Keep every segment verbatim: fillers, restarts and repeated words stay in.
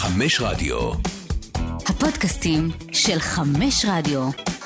חמש רדיו. הפודקאסטים של חמש רדיו.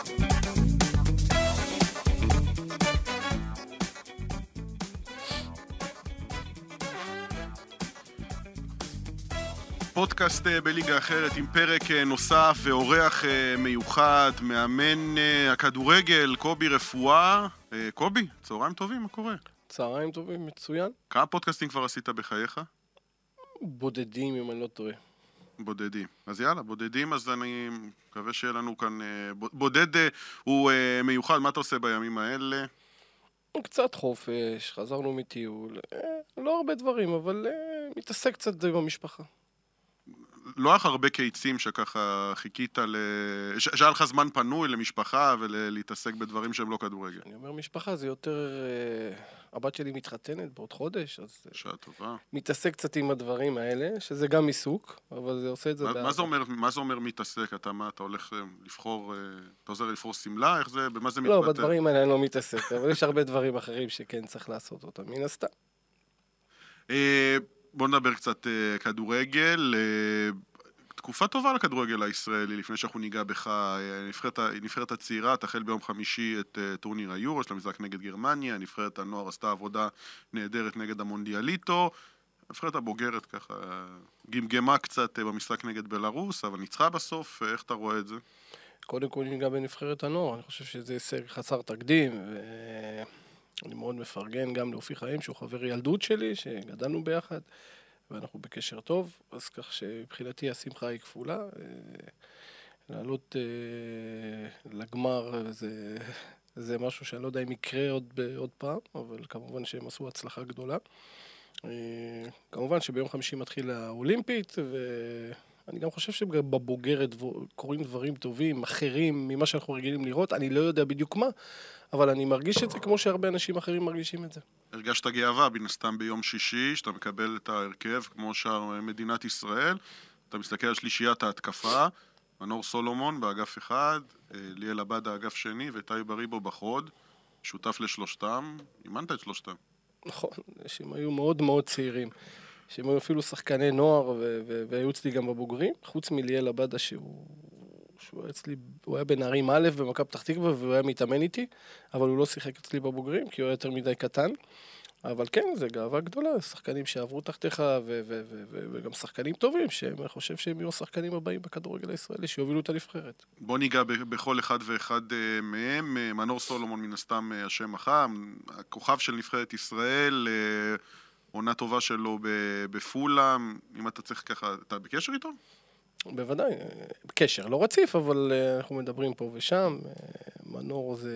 פודקאסט בליגה אחרת עם פרק נוסף ואורח מיוחד, מאמן הכדורגל, קובי רפואה. קובי, צהריים טובים, מה קורה? צהריים טובים, מצוין. כמה פודקאסטים כבר עשית בחייך? בודדים, אם אני לא טועה. בודדים. אז יאללה, בודדים, אז אני מקווה שיהיה לנו כאן... בודד הוא מיוחד, מה אתה עושה בימים האלה? קצת חופש, חזרנו מטיול, לא הרבה דברים, אבל מתעסק קצת במשפחה. לא היה לך הרבה קיצים שככה חיכית ל... שהיה לך זמן פנוי למשפחה ולהתעסק בדברים שהם לא כדורגל. אני אומר משפחה, זה יותר... הבת שלי מתחתנת בעוד חודש, אז... שעה טובה. מתעסק קצת עם הדברים האלה, שזה גם עיסוק, אבל זה עושה את זה... מה, מה זה אומר, מה זה אומר מתעסק? אתה מה, אתה הולך לבחור... אתה עוזר לבחור סמלה? איך זה... במה זה מתבטא? לא, בדברים האלה אני לא מתעסק, אבל יש הרבה דברים אחרים שכן צריך לעשות אותם, מן הסתם. בוא נדבר קצת כדורגל. תקופה טובה לכדורגל הישראלי, לפני שאנחנו ניגע בך. נבחרת, נבחרת הצעירה תחל ביום חמישי את טורניר היורו של המשחק נגד גרמניה. נבחרת הנוער עשתה עבודה נהדרת נגד המונדיאליטו. נבחרת הבוגרת ככה גמגמה קצת במשחק נגד בלרוס, אבל ניצחה בסוף. איך אתה רואה את זה? קודם כל ניגע בנבחרת הנוער. אני חושב שזה הישג חסר תקדים, ואני מאוד מפרגן גם לאופי חיים, שהוא חבר ילדות שלי, שגדלנו ביחד. ואנחנו בקשר טוב, אז כך שבחינתי השמחה היא כפולה. לעלות לגמר זה, זה משהו שאני לא יודע אם יקרה עוד, עוד פעם, אבל כמובן שהם עשו הצלחה גדולה. כמובן שביום חמישי מתחיל האולימפית, ואני גם חושב שבבוגרת קורים דברים טובים, אחרים ממה שאנחנו רגילים לראות. אני לא יודע בדיוק מה, אבל אני מרגיש את זה כמו שהרבה אנשים אחרים מרגישים את זה. הרגשת גאווה, בין הסתם ביום שישי, שאתה מקבל את ההרכב, כמו שאר מדינת ישראל, אתה מסתכל על שלישיית ההתקפה, מנור סולומון באגף אחד, ליאל עבד האגף שני, וטי בריבו בחוד, שותף לשלושתם, אימנת את שלושתם. נכון, שהם היו מאוד מאוד צעירים, שהם היו אפילו שחקני נוער, והיו אצלי גם בבוגרים, חוץ מליאל עבד שהוא... שהוא היה אצלי, הוא היה בנערים א' במכבי פתח תקווה, והוא היה מתאמן איתי, אבל הוא לא שיחק אצלי בבוגרים, כי הוא היה יותר מדי קטן. אבל כן, זה גאווה גדולה, שחקנים שעברו תחתיך, ו- ו- ו- ו- וגם שחקנים טובים, שאני חושב שהם יהיו השחקנים הבאים בכדורגל הישראלי, שיובילו את הנבחרת. בוא ניגע בכל אחד ואחד מהם. מנור סולומון מן הסתם השם החם, הכוכב של נבחרת ישראל, עונה טובה שלו בפולאם. אם אתה צריך ככה, אתה בקשר איתו? בוודאי, קשר לא רציף, אבל אנחנו מדברים פה ושם. מנור זה...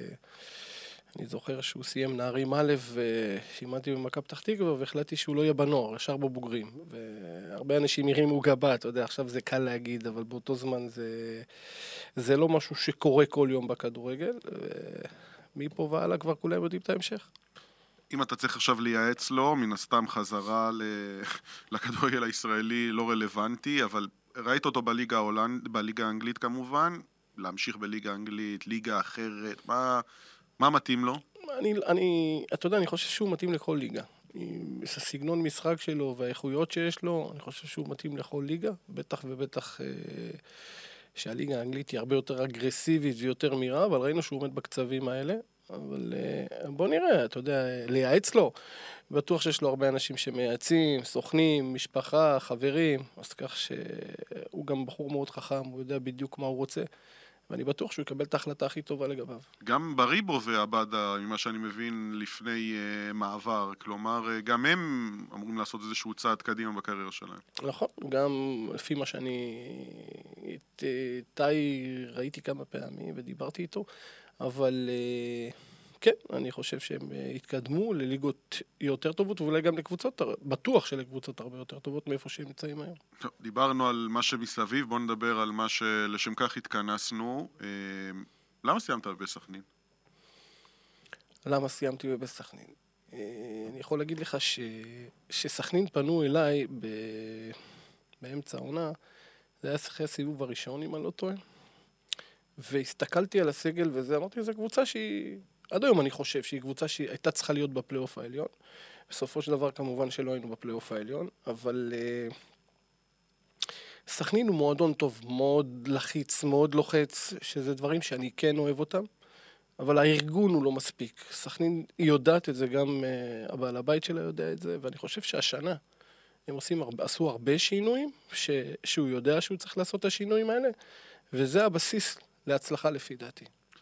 אני זוכר שהוא סיים נערים א' ושימנתי במכבי פתח תקווה, והחלטתי שהוא לא יהיה בנוער, ישר בבוגרים. והרבה אנשים הרימו גבה, אתה יודע, עכשיו זה קל להגיד, אבל באותו זמן זה, זה לא משהו שקורה כל יום בכדורגל. ומפה והלאה כבר כולם יודעים את ההמשך. אם אתה צריך עכשיו לייעץ לו, מן הסתם חזרה לכדורגל הישראלי לא רלוונטי, אבל ראית אותו בליגה ההולנד, בליגה האנגלית כמובן, להמשיך בליגה האנגלית, ליגה אחרת, מה, מה מתאים לו? אני, אני, אתה יודע, אני חושב שהוא מתאים לכל ליגה. הסגנון משחק שלו והאיכויות שיש לו, אני חושב שהוא מתאים לכל ליגה, בטח ובטח אה, שהליגה האנגלית היא הרבה יותר אגרסיבית ויותר מהירה, אבל ראינו שהוא עומד בקצבים האלה. אבל בוא נראה, אתה יודע, לייעץ לו. בטוח שיש לו הרבה אנשים שמייעצים, סוכנים, משפחה, חברים, אז כך שהוא גם בחור מאוד חכם, הוא יודע בדיוק מה הוא רוצה, ואני בטוח שהוא יקבל את ההחלטה הכי טובה לגביו. גם בריבו ועבדה, ממה שאני מבין, לפני uh, מעבר, כלומר, גם הם אמורים לעשות איזשהו צעד קדימה בקריירה שלהם. נכון, גם לפי מה שאני... את טי ראיתי כמה פעמים ודיברתי איתו, אבל כן, אני חושב שהם התקדמו לליגות יותר טובות, ואולי גם לקבוצות, בטוח שלקבוצות הרבה יותר טובות מאיפה שהם נמצאים היום. טוב, דיברנו על מה שמסביב, בואו נדבר על מה שלשם כך התכנסנו. למה סיימת בסכנין? למה סיימתי בסכנין? אני יכול להגיד לך ש... שסכנין פנו אליי ב... באמצע העונה, זה היה אחרי הסיבוב הראשון, אם אני לא טועה, והסתכלתי על הסגל וזה, אמרתי, זו קבוצה שהיא, עד היום אני חושב שהיא קבוצה שהיא הייתה צריכה להיות בפלייאוף העליון. בסופו של דבר כמובן שלא היינו בפלייאוף העליון, אבל uh, סכנין הוא מועדון טוב, מאוד לחיץ, מאוד לוחץ, שזה דברים שאני כן אוהב אותם, אבל הארגון הוא לא מספיק. סכנין היא יודעת את זה, גם uh, הבעל הבית שלה יודע את זה, ואני חושב שהשנה הם עושים, עשו הרבה שינויים, ש, שהוא יודע שהוא צריך לעשות את השינויים האלה, וזה הבסיס להצלחה לפי דעתי.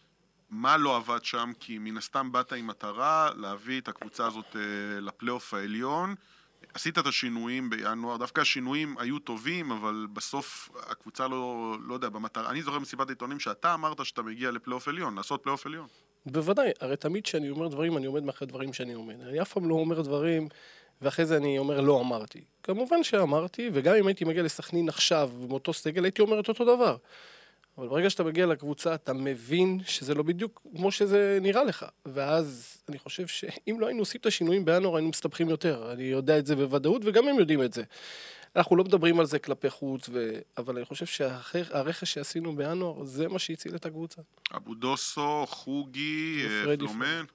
מה לא עבד שם? כי מן הסתם באת עם מטרה להביא את הקבוצה הזאת לפלייאוף העליון. עשית את השינויים בינואר, דווקא השינויים היו טובים, אבל בסוף הקבוצה לא, לא יודע, במטרה. אני זוכר מסיבת עיתונים שאתה אמרת שאתה מגיע לפלייאוף עליון, לעשות פלייאוף עליון. בוודאי, הרי תמיד שאני אומר דברים, אני עומד מאחרי דברים שאני עומד. אני אף פעם לא אומר דברים, ואחרי זה אני אומר לא אמרתי. כמובן שאמרתי, וגם אם הייתי מגיע לסכנין עכשיו, מאותו סגל, הייתי אומר את אותו דבר. אבל ברגע שאתה מגיע לקבוצה, אתה מבין שזה לא בדיוק כמו שזה נראה לך. ואז אני חושב שאם לא היינו עושים את השינויים בינואר, היינו מסתבכים יותר. אני יודע את זה בוודאות, וגם הם יודעים את זה. אנחנו לא מדברים על זה כלפי חוץ, ו... אבל אני חושב שהרכש שעשינו בינואר, זה מה שהציל את הקבוצה. אבו דוסו, חוגי, פלומן.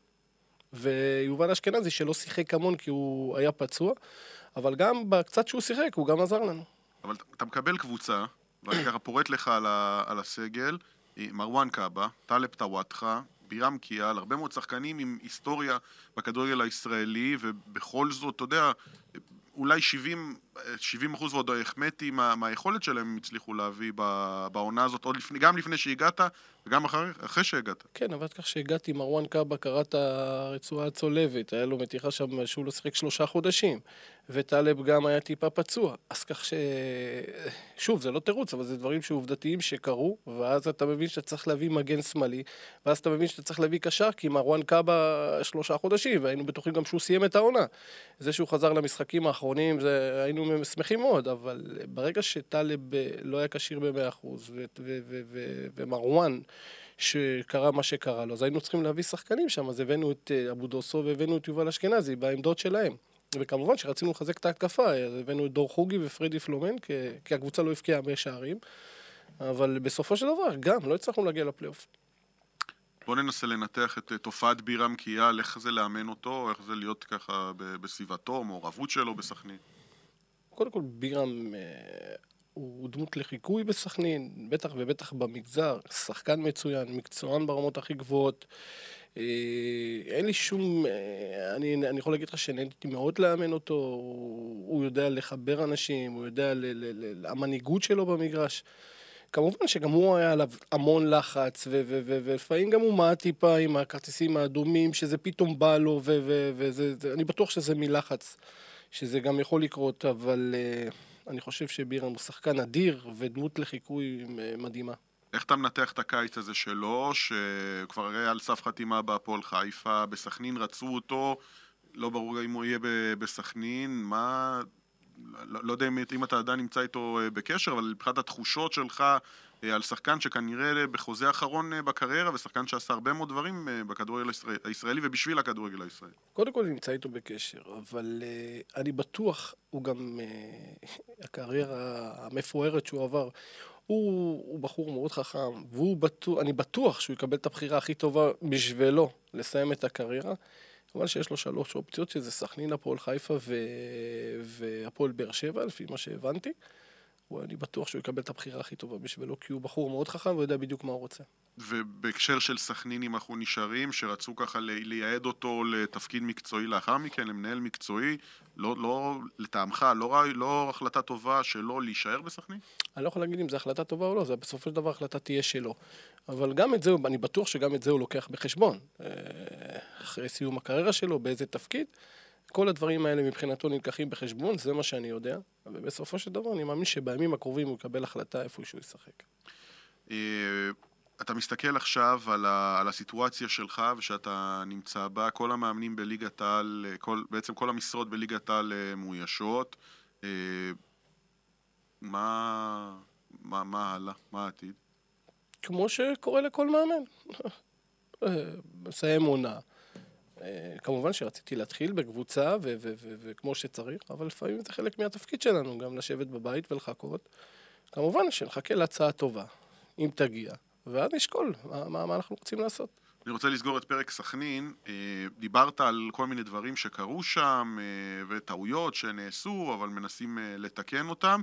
ויובל אשכנזי שלא שיחק כמון כי הוא היה פצוע, אבל גם בקצת שהוא שיחק, הוא גם עזר לנו. אבל אתה מקבל קבוצה, ואני ככה פורט לך על, ה, על הסגל, מרואן קאבה, טלב טוואטחה, בירם קיאל, הרבה מאוד שחקנים עם היסטוריה בכדורגל הישראלי, ובכל זאת, אתה יודע, אולי שבעים אחוז ועוד החמאתי מה, מהיכולת שלהם הם הצליחו להביא בעונה הזאת, עוד לפני, גם לפני שהגעת וגם אחרי, אחרי שהגעת. כן, אבל כך שהגעתי, מרואן קאבה קראת הרצועה הצולבת, היה לו מתיחה שם שהוא לא שיחק שלושה חודשים, וטלב גם היה טיפה פצוע, אז כך ש... שוב, זה לא תירוץ, אבל זה דברים שעובדתיים שקרו, ואז אתה מבין שאתה צריך להביא מגן שמאלי, ואז אתה מבין שאתה צריך להביא קשר, כי מרואן קאבה שלושה חודשים, והיינו בטוחים גם שהוא סיים את העונה. זה שהוא חזר למשחקים האחרונים, זה... היינו שמחים מאוד, אבל ברגע שטלב לא היה קשיר ב-מאה אחוז, ו- ו- ו- ו- ומרואן, שקרה מה שקרה לו, אז היינו צריכים להביא שחקנים שם, אז הבאנו את אבו דוסו והבאנו את יובל אשכנזי בעמדות שלהם. וכמובן שרצינו לחזק את ההתקפה, אז הבאנו את דור חוגי ופרדי פלומן, כי, כי הקבוצה לא הפקיעה הרבה שערים, אבל בסופו של דבר גם לא הצלחנו להגיע לפלייאוף. בוא ננסה לנתח את תופעת בירם קיאל, איך זה לאמן אותו, איך זה להיות ככה בסביבתו, מעורבות שלו בסכנין. קודם כל בירם אה, הוא דמות לחיקוי בסכנין, בטח ובטח במגזר, שחקן מצוין, מקצוען ברמות הכי גבוהות, אה, אין לי שום, אה, אני, אני יכול להגיד לך שנהניתי מאוד לאמן אותו, הוא, הוא יודע לחבר אנשים, הוא יודע, ל, ל, ל, המנהיגות שלו במגרש, כמובן שגם הוא היה עליו המון לחץ, ולפעמים גם הוא מעט טיפה עם הכרטיסים האדומים, שזה פתאום בא לו, ואני בטוח שזה מלחץ, שזה גם יכול לקרות, אבל uh, אני חושב שבירם הוא שחקן אדיר, ודמות לחיקוי מדהימה. איך אתה מנתח את הקיץ הזה שלו, שכבר הרי על סף חתימה בהפועל חיפה, בסכנין רצו אותו, לא ברור אם הוא יהיה בסכנין, מה... לא, לא יודע אם אתה עדיין נמצא איתו בקשר, אבל מבחינת התחושות שלך על שחקן שכנראה בחוזה האחרון בקריירה, ושחקן שעשה הרבה מאוד דברים בכדורגל הישראלי ובשביל הכדורגל הישראלי. קודם כל נמצא איתו בקשר, אבל uh, אני בטוח, הוא גם, uh, הקריירה המפוארת שהוא עבר, הוא, הוא בחור מאוד חכם, ואני בטוח שהוא יקבל את הבחירה הכי טובה בשבילו לסיים את הקריירה, כמובן שיש לו שלוש אופציות, שזה סכנין, הפועל חיפה ו... והפועל באר שבע, לפי מה שהבנתי. ואני בטוח שהוא יקבל את הבחירה הכי טובה בשבילו, כי הוא בחור מאוד חכם ויודע בדיוק מה הוא רוצה. ובהקשר של סכנין, אם אנחנו נשארים, שרצו ככה לייעד אותו לתפקיד מקצועי לאחר מכן, למנהל מקצועי, לא, לא, לטעמך, לא, לא החלטה טובה שלו להישאר בסכנין? אני לא יכול להגיד אם זו החלטה טובה או לא, זה בסופו של דבר החלטה תהיה שלו. אבל גם את זה, אני בטוח שגם את זה הוא לוקח בחשבון. אחרי סיום הקריירה שלו, באיזה תפקיד, כל הדברים האלה מבחינתו נלקחים בחשבון, זה מה שאני יודע. ובסופו של דבר אני מאמין שבימים הקרובים הוא יקבל החלטה איפה שהוא ישחק. אתה מסתכל עכשיו על, ה, על הסיטואציה שלך ושאתה נמצא בה, כל המאמנים בליגת העל, כל, בעצם כל המשרות בליגת העל מאוישות. מה, מה, מה הלאה? מה העתיד? כמו שקורה לכל מאמן. מסיים עונה. כמובן שרציתי להתחיל בקבוצה ו- ו- ו- וכמו שצריך, אבל לפעמים זה חלק מהתפקיד שלנו, גם לשבת בבית ולחכות. כמובן שנחכה להצעה טובה, אם תגיע, ואז נשקול מה, מה, מה אנחנו רוצים לעשות. אני רוצה לסגור את פרק סכנין. דיברת על כל מיני דברים שקרו שם, וטעויות שנעשו, אבל מנסים לתקן אותם.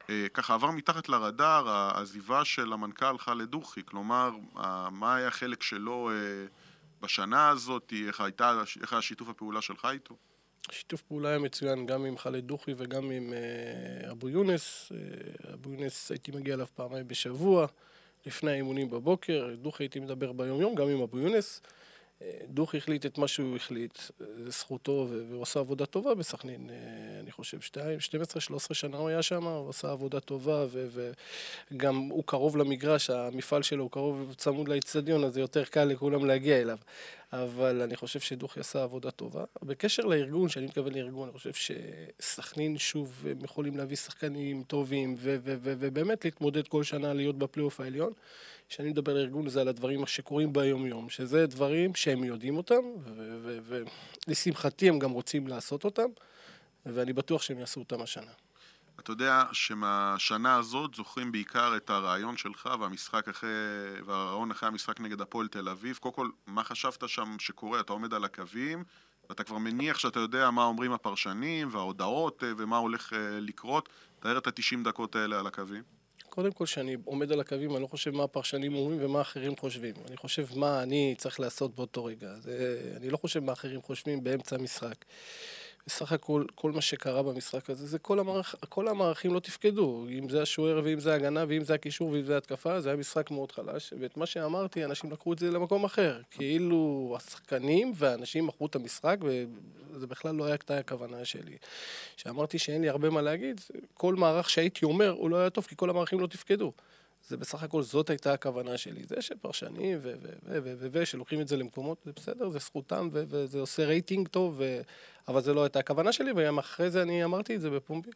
ככה עבר מתחת לרדאר העזיבה של המנכ"ל חאלד דוכי, כלומר, מה היה החלק שלו בשנה הזאת, איך הייתה, איך היה שיתוף הפעולה שלך איתו? שיתוף פעולה היה מצוין גם עם חאלד דוכי וגם עם uh, אבו יונס. Uh, אבו יונס הייתי מגיע אליו פעמיים בשבוע, לפני האימונים בבוקר. דוכי הייתי מדבר ביום יום, גם עם אבו יונס. Uh, דוכי החליט את מה שהוא החליט, זה זכותו, והוא עשה עבודה טובה בסכנין. Uh, אני חושב שתיים, שתים עשרה שלוש עשרה שנה הוא היה שם, הוא עשה עבודה טובה, וגם הוא קרוב למגרש, המפעל שלו הוא קרוב צמוד לאצטדיון, אז זה יותר קל לכולם להגיע אליו. אבל אני חושב שדוכי עשה עבודה טובה. בקשר לארגון, שאני מתכוון לארגון, אני חושב שסכנין שוב הם יכולים להביא שחקנים טובים, ובאמת להתמודד כל שנה להיות בפלייאוף העליון. כשאני מדבר לארגון זה על הדברים שקורים ביום-יום, שזה דברים שהם יודעים אותם, ולשמחתי הם גם רוצים לעשות אותם, ואני בטוח שהם יעשו אותם השנה. אתה יודע שמהשנה הזאת זוכרים בעיקר את הרעיון שלך והמשחק אחרי, והרעיון אחרי המשחק נגד הפועל תל אביב. קודם כל, מה חשבת שם שקורה? אתה עומד על הקווים, ואתה כבר מניח שאתה יודע מה אומרים הפרשנים וההודעות ומה הולך לקרות. תאר את ה-תשעים דקות האלה על הקווים. קודם כל, שאני עומד על הקווים, אני לא חושב מה הפרשנים אומרים ומה אחרים חושבים. אני חושב מה אני צריך לעשות באותו רגע. זה, אני לא חושב מה אחרים חושבים באמצע המשחק. בסך הכל, כל מה שקרה במשחק הזה, זה כל, המערכ, כל המערכים לא תפקדו. אם זה השוער ואם זה הגנה ואם זה הקישור ואם זה התקפה, זה היה משחק מאוד חלש. ואת מה שאמרתי, אנשים לקחו את זה למקום אחר. כאילו השחקנים והאנשים מכרו את המשחק, וזה בכלל לא היה הכוונה שלי. שאמרתי שאין לי הרבה מה להגיד, כל מערך שהייתי אומר, הוא לא היה טוב, כי כל המערכים לא תפקדו. זה בסך הכל, זאת הייתה הכוונה שלי. זה שפרשנים ו- ו- ו- ו- ו- ו- שלוקחים את זה למקומות, זה בסדר, זה זכותם, ו- וזה עושה רייטינג טוב, ו- אבל זה לא הייתה הכוונה שלי, וגם אחרי זה אני אמרתי את זה בפומבי.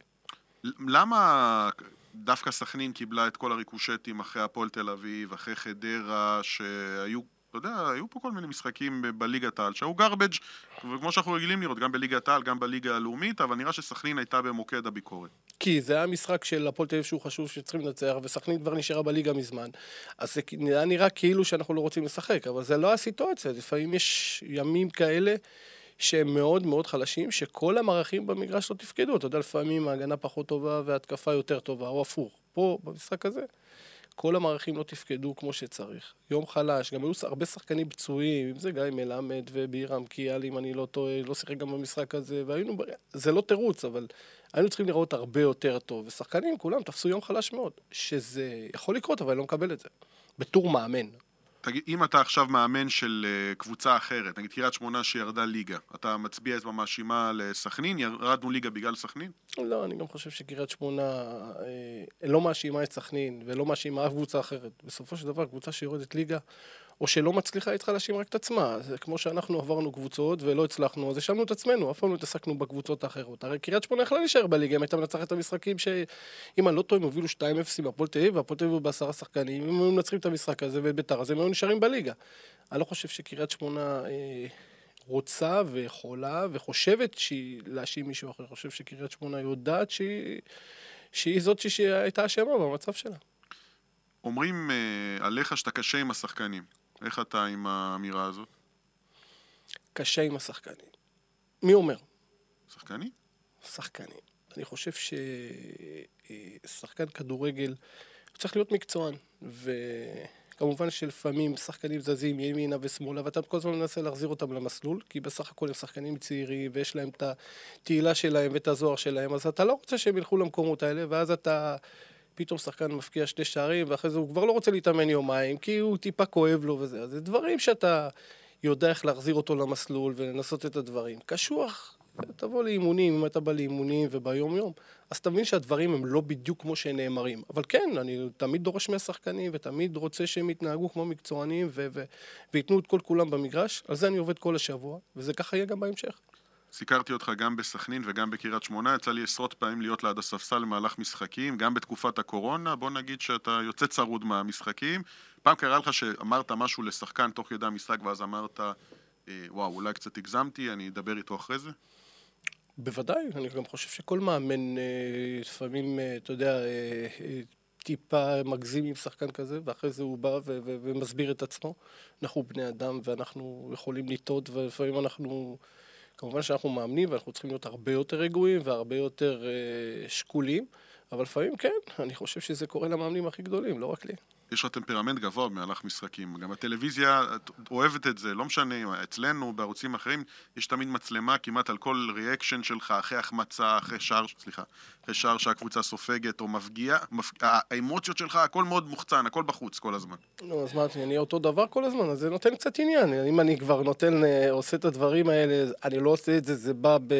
למה דווקא סכנין קיבלה את כל הריקושטים אחרי הפועל תל אביב, אחרי חדרה, שהיו, אתה יודע, היו פה כל מיני משחקים בליגת העל, שהיו גרבג' וכמו שאנחנו רגילים לראות, גם בליגת העל, גם בליגה הלאומית, אבל נראה שסכנין הייתה במוקד הביקורת. כי זה היה משחק של הפועל תל אביב שהוא חשוב שצריכים לנצח, וסכנין כבר נשארה בליגה מזמן. אז זה נראה, נראה כאילו שאנחנו לא רוצים לשחק, אבל זה לא הסיטואציה. לפעמים יש ימים כאלה שהם מאוד מאוד חלשים, שכל המערכים במגרש לא תפקדו. אתה יודע, לפעמים ההגנה פחות טובה וההתקפה יותר טובה, או הפוך. פה, במשחק הזה, כל המערכים לא תפקדו כמו שצריך. יום חלש, גם היו הרבה שחקנים פצועים, אם זה גיא מלמד ובירם קיאל, אם אני לא טועה, לא שיחק גם במשחק הזה, והיינו, זה לא תירוץ, אבל היינו צריכים לראות הרבה יותר טוב. ושחקנים, כולם תפסו יום חלש מאוד, שזה יכול לקרות, אבל אני לא מקבל את זה. בתור מאמן. תגיד, אם אתה עכשיו מאמן של uh, קבוצה אחרת, נגיד קריית שמונה שירדה ליגה, אתה מצביע את מאשימה לסכנין? ירדנו ליגה בגלל סכנין? לא, אני גם חושב שקריית שמונה אה, לא מאשימה את סכנין ולא מאשימה אף קבוצה אחרת. בסופו של דבר, קבוצה שיורדת ליגה או שלא מצליחה, היא צריכה להאשים רק את עצמה. זה כמו שאנחנו עברנו קבוצות ולא הצלחנו, אז השמנו את עצמנו, אף פעם לא התעסקנו בקבוצות האחרות. הרי קריית שמונה יכלה להישאר בליגה, אם הייתה מנצחת את המשחקים שאם אני לא טועה, הם הובילו שתיים אפס בהפועל תל אביב, והפועל תל אביב בעשרה שחקנים, אם הם מנצחים את המשחק הזה וביתר, אז הם היו נשארים בליגה. אני לא חושב שקריית שמונה אה, רוצה ויכולה וחושבת שהיא להאשים מישהו אחר. אני חושב שקריית שמונה יודעת שהיא, שהיא זאת שהייתה אשמה במצב שלה. אומרים אה, עליך שאתה קשה עם השחקנים. איך אתה עם האמירה הזאת? קשה עם השחקנים. מי אומר? שחקנים? שחקנים. אני חושב ששחקן כדורגל צריך להיות מקצוען, וכמובן שלפעמים שחקנים זזים ימינה ושמאלה, ואתה כל הזמן מנסה להחזיר אותם למסלול, כי בסך הכל הם שחקנים צעירים, ויש להם את התהילה שלהם ואת הזוהר שלהם, אז אתה לא רוצה שהם ילכו למקומות האלה, ואז אתה פתאום שחקן מפקיע שתי שערים, ואחרי זה הוא כבר לא רוצה להתאמן יומיים, כי הוא טיפה כואב לו וזה. אז זה דברים שאתה יודע איך להחזיר אותו למסלול ולנסות את הדברים. קשוח, תבוא לאימונים, אם אתה בא לאימונים וביום יום, אז תבין שהדברים הם לא בדיוק כמו שהם נאמרים. אבל כן, אני תמיד דורש מהשחקנים, ותמיד רוצה שהם יתנהגו כמו מקצוענים, ו- ו- ויתנו את כל כולם במגרש. על זה אני עובד כל השבוע, וזה ככה יהיה גם בהמשך. סיקרתי אותך גם בסכנין וגם בקריית שמונה, יצא לי עשרות פעמים להיות ליד הספסל למהלך משחקים, גם בתקופת הקורונה, בוא נגיד שאתה יוצא צרוד מהמשחקים. פעם קרה לך שאמרת משהו לשחקן תוך ידי המשחק, ואז אמרת, וואו, אולי קצת הגזמתי, אני אדבר איתו אחרי זה? בוודאי, אני גם חושב שכל מאמן, לפעמים, אתה יודע, טיפה מגזים עם שחקן כזה, ואחרי זה הוא בא ו- ו- ומסביר את עצמו. אנחנו בני אדם ואנחנו יכולים לטעות, ולפעמים אנחנו, כמובן שאנחנו מאמנים, ואנחנו צריכים להיות הרבה יותר רגועים והרבה יותר שקולים, אבל לפעמים כן, אני חושב שזה קורה למאמנים הכי גדולים, לא רק לי. יש לך טמפרמנט גבוה במהלך משחקים. גם הטלוויזיה אוהבת את זה, לא משנה, אצלנו, בערוצים אחרים, יש תמיד מצלמה כמעט על כל ריאקשן שלך, אחרי החמצה, אחרי שער, סליחה, אחרי שער שהקבוצה סופגת או מפגיעה, האמוציות שלך, הכל מאוד מוחצן, הכל בחוץ כל הזמן. נו, אז מה, אני אהיה אותו דבר כל הזמן, אז זה נותן קצת עניין. אם אני כבר נותן, עושה את הדברים האלה, אני לא עושה את זה, זה בא ב...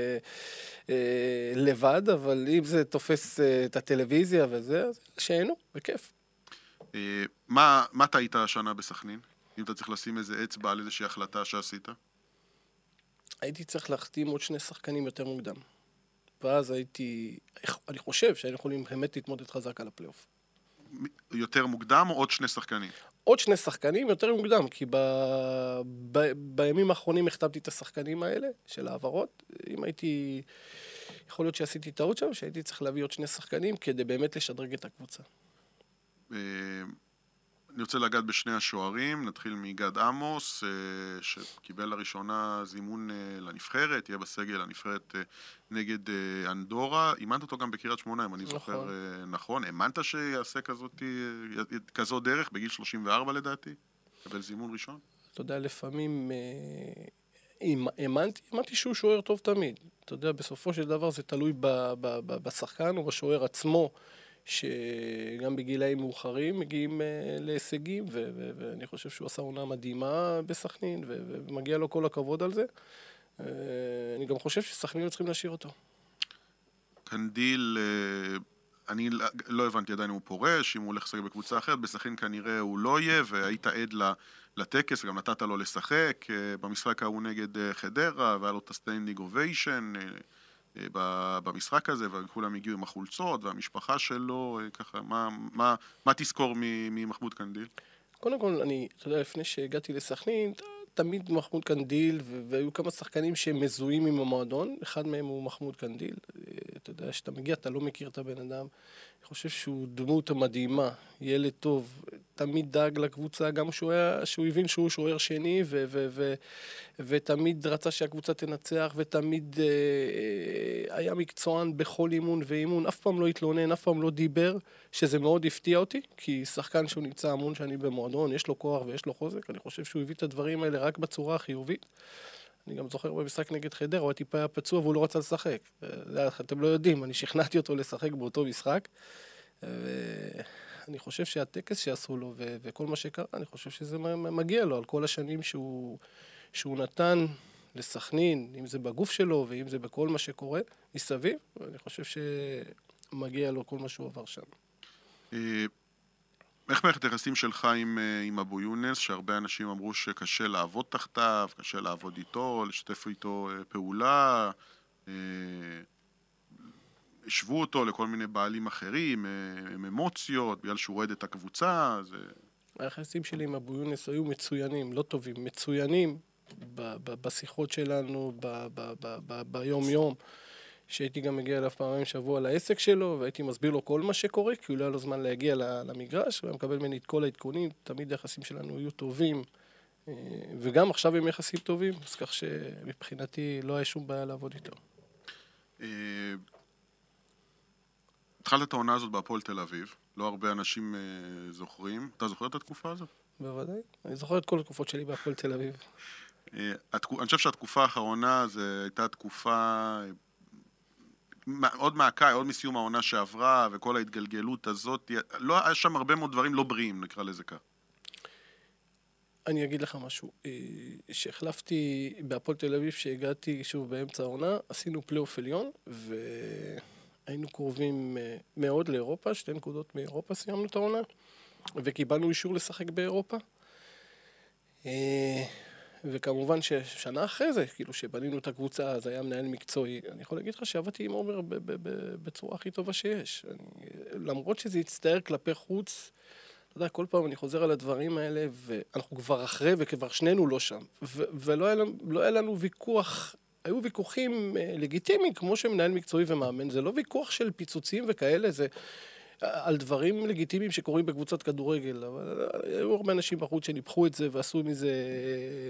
לבד, אבל אם זה תופס את הטלוויזיה וזה, אז שהיינו, בכיף. מה, מה אתה היית השנה בסכנין? אם אתה צריך לשים איזה אצבע על איזושהי החלטה שעשית? הייתי צריך להחתים עוד שני שחקנים יותר מוקדם. ואז הייתי, אני חושב שהיינו יכולים באמת להתמודד חזק על הפלייאוף. יותר מוקדם או עוד שני שחקנים? עוד שני שחקנים יותר מוקדם, כי ב... ב... בימים האחרונים החתמתי את השחקנים האלה של העברות. אם הייתי, יכול להיות שעשיתי טעות שם, שהייתי צריך להביא עוד שני שחקנים כדי באמת לשדרג את הקבוצה. אני רוצה לגעת בשני השוערים, נתחיל מגד עמוס, שקיבל לראשונה זימון לנבחרת, יהיה בסגל הנבחרת נגד אנדורה. אימנת אותו גם בקריית שמונה, אם אני זוכר נכון. האמנת שיעשה כזאת, כזו דרך בגיל שלושים וארבע לדעתי? קבל זימון ראשון? אתה יודע, לפעמים האמנתי, האמנתי שהוא שוער טוב תמיד. אתה יודע, בסופו של דבר זה תלוי בשחקן או בשוער עצמו, שגם בגילאים מאוחרים מגיעים להישגים, ואני חושב שהוא עשה עונה מדהימה בסכנין, ומגיע לו כל הכבוד על זה. אני גם חושב שסכנין צריכים להשאיר אותו. קנדיל, אני לא הבנתי עדיין אם הוא פורש, אם הוא הולך לשחק בקבוצה אחרת, בסכנין כנראה הוא לא יהיה, והיית עד לטקס, וגם נתת לו לשחק במשחק ההוא נגד חדרה, והיה לו את הסטנדינג אוביישן, במשחק הזה, וכולם הגיעו עם החולצות, והמשפחה שלו, ככה, מה, מה, מה תזכור ממחמוד קנדיל? קודם כל, אני, אתה יודע, לפני שהגעתי לסכנין, תמיד מחמוד קנדיל, והיו כמה שחקנים שמזוהים עם המועדון, אחד מהם הוא מחמוד קנדיל. אתה יודע, שאתה מגיע, אתה לא מכיר את הבן אדם. אני חושב שהוא דמות מדהימה, ילד טוב, תמיד דאג לקבוצה, גם שהוא, היה, שהוא הבין שהוא שוער שני, ו, ו, ו, ותמיד רצה שהקבוצה תנצח, ותמיד אה, היה מקצוען בכל אימון ואימון, אף פעם לא התלונן, אף פעם לא דיבר, שזה מאוד הפתיע אותי, כי שחקן שהוא נמצא המון שנים במועדון, יש לו כוח ויש לו חוזק, אני חושב שהוא הביא את הדברים האלה רק בצורה החיובית. אני גם זוכר במשחק נגד חדרה, הוא טיפה היה פצוע והוא לא רצה לשחק. אתם לא יודעים, אני שכנעתי אותו לשחק באותו משחק. ואני חושב שהטקס שעשו לו וכל מה שקרה, אני חושב שזה מגיע לו על כל השנים שהוא, שהוא נתן לסכנין, אם זה בגוף שלו ואם זה בכל מה שקורה מסביב. אני חושב שמגיע לו כל מה שהוא עבר שם. איך מערכת היחסים שלך עם, עם אבו יונס, שהרבה אנשים אמרו שקשה לעבוד תחתיו, קשה לעבוד איתו, לשתף איתו פעולה, השוו אותו לכל מיני בעלים אחרים, עם אמוציות, בגלל שהוא רואה את הקבוצה. זה... היחסים שלי עם אבו יונס היו מצוינים, לא טובים, מצוינים ב- ב- בשיחות שלנו, ב- ב- ב- ב- ביום יום. שהייתי גם מגיע אליו פעמים שבוע לעסק שלו, והייתי מסביר לו כל מה שקורה, כי הוא לא היה לו זמן להגיע למגרש, הוא היה מקבל ממני את כל העדכונים, תמיד היחסים שלנו היו טובים, וגם עכשיו הם יחסים טובים, אז כך שמבחינתי לא היה שום בעיה לעבוד איתו. התחלת את העונה הזאת בהפועל תל אביב, לא הרבה אנשים זוכרים, אתה זוכר את התקופה הזאת? בוודאי, אני זוכר את כל התקופות שלי בהפועל תל אביב. אני חושב שהתקופה האחרונה זו הייתה תקופה... עוד מהקאי, עוד מסיום העונה שעברה, וכל ההתגלגלות הזאת, לא היה שם הרבה מאוד דברים לא בריאים, נקרא לזה כך. אני אגיד לך משהו. שהחלפתי בהפועל תל אביב, שהגעתי שוב באמצע העונה, עשינו פלייאוף עליון, והיינו קרובים מאוד לאירופה, שתי נקודות מאירופה סיימנו את העונה, וקיבלנו אישור לשחק באירופה. וכמובן ששנה אחרי זה, כאילו שבנינו את הקבוצה, אז היה מנהל מקצועי. אני יכול להגיד לך שעבדתי עם עומר בצורה הכי טובה שיש. אני, למרות שזה יצטער כלפי חוץ, אתה יודע, כל פעם אני חוזר על הדברים האלה, ואנחנו כבר אחרי, וכבר שנינו לא שם. ו- ולא היה לנו, לא היה לנו ויכוח, היו ויכוחים לגיטימיים, כמו שמנהל מקצועי ומאמן. זה לא ויכוח של פיצוצים וכאלה, זה... על דברים לגיטימיים שקורים בקבוצת כדורגל, אבל היו הרבה אנשים בחוץ שניפחו את זה ועשו מזה